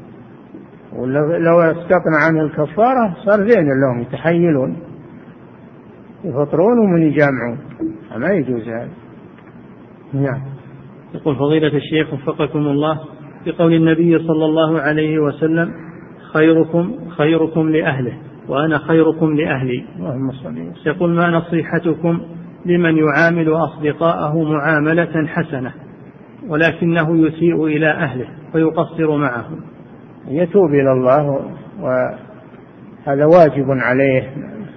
ولو استقنع عنه الكفارة صار زين لهم، يتحيلون يفطرون ومن يجامعون، ما يجوز هذا. نعم. يقول فضيلة الشيخ وفقكم الله، بقول النبي صلى الله عليه وسلم خيركم خيركم لأهله وأنا خيركم لأهلي، يقول ما نصيحتكم لمن يعامل أصدقاءه معاملة حسنة ولكنه يسيء إلى أهله ويقصر معهم؟ يتوب إلى الله، وهذا واجب عليه،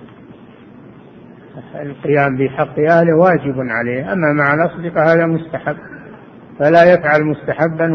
القيام بحق أهله واجب عليه، أما مع الأصدقاء هذا مستحب، فلا يفعل مستحبا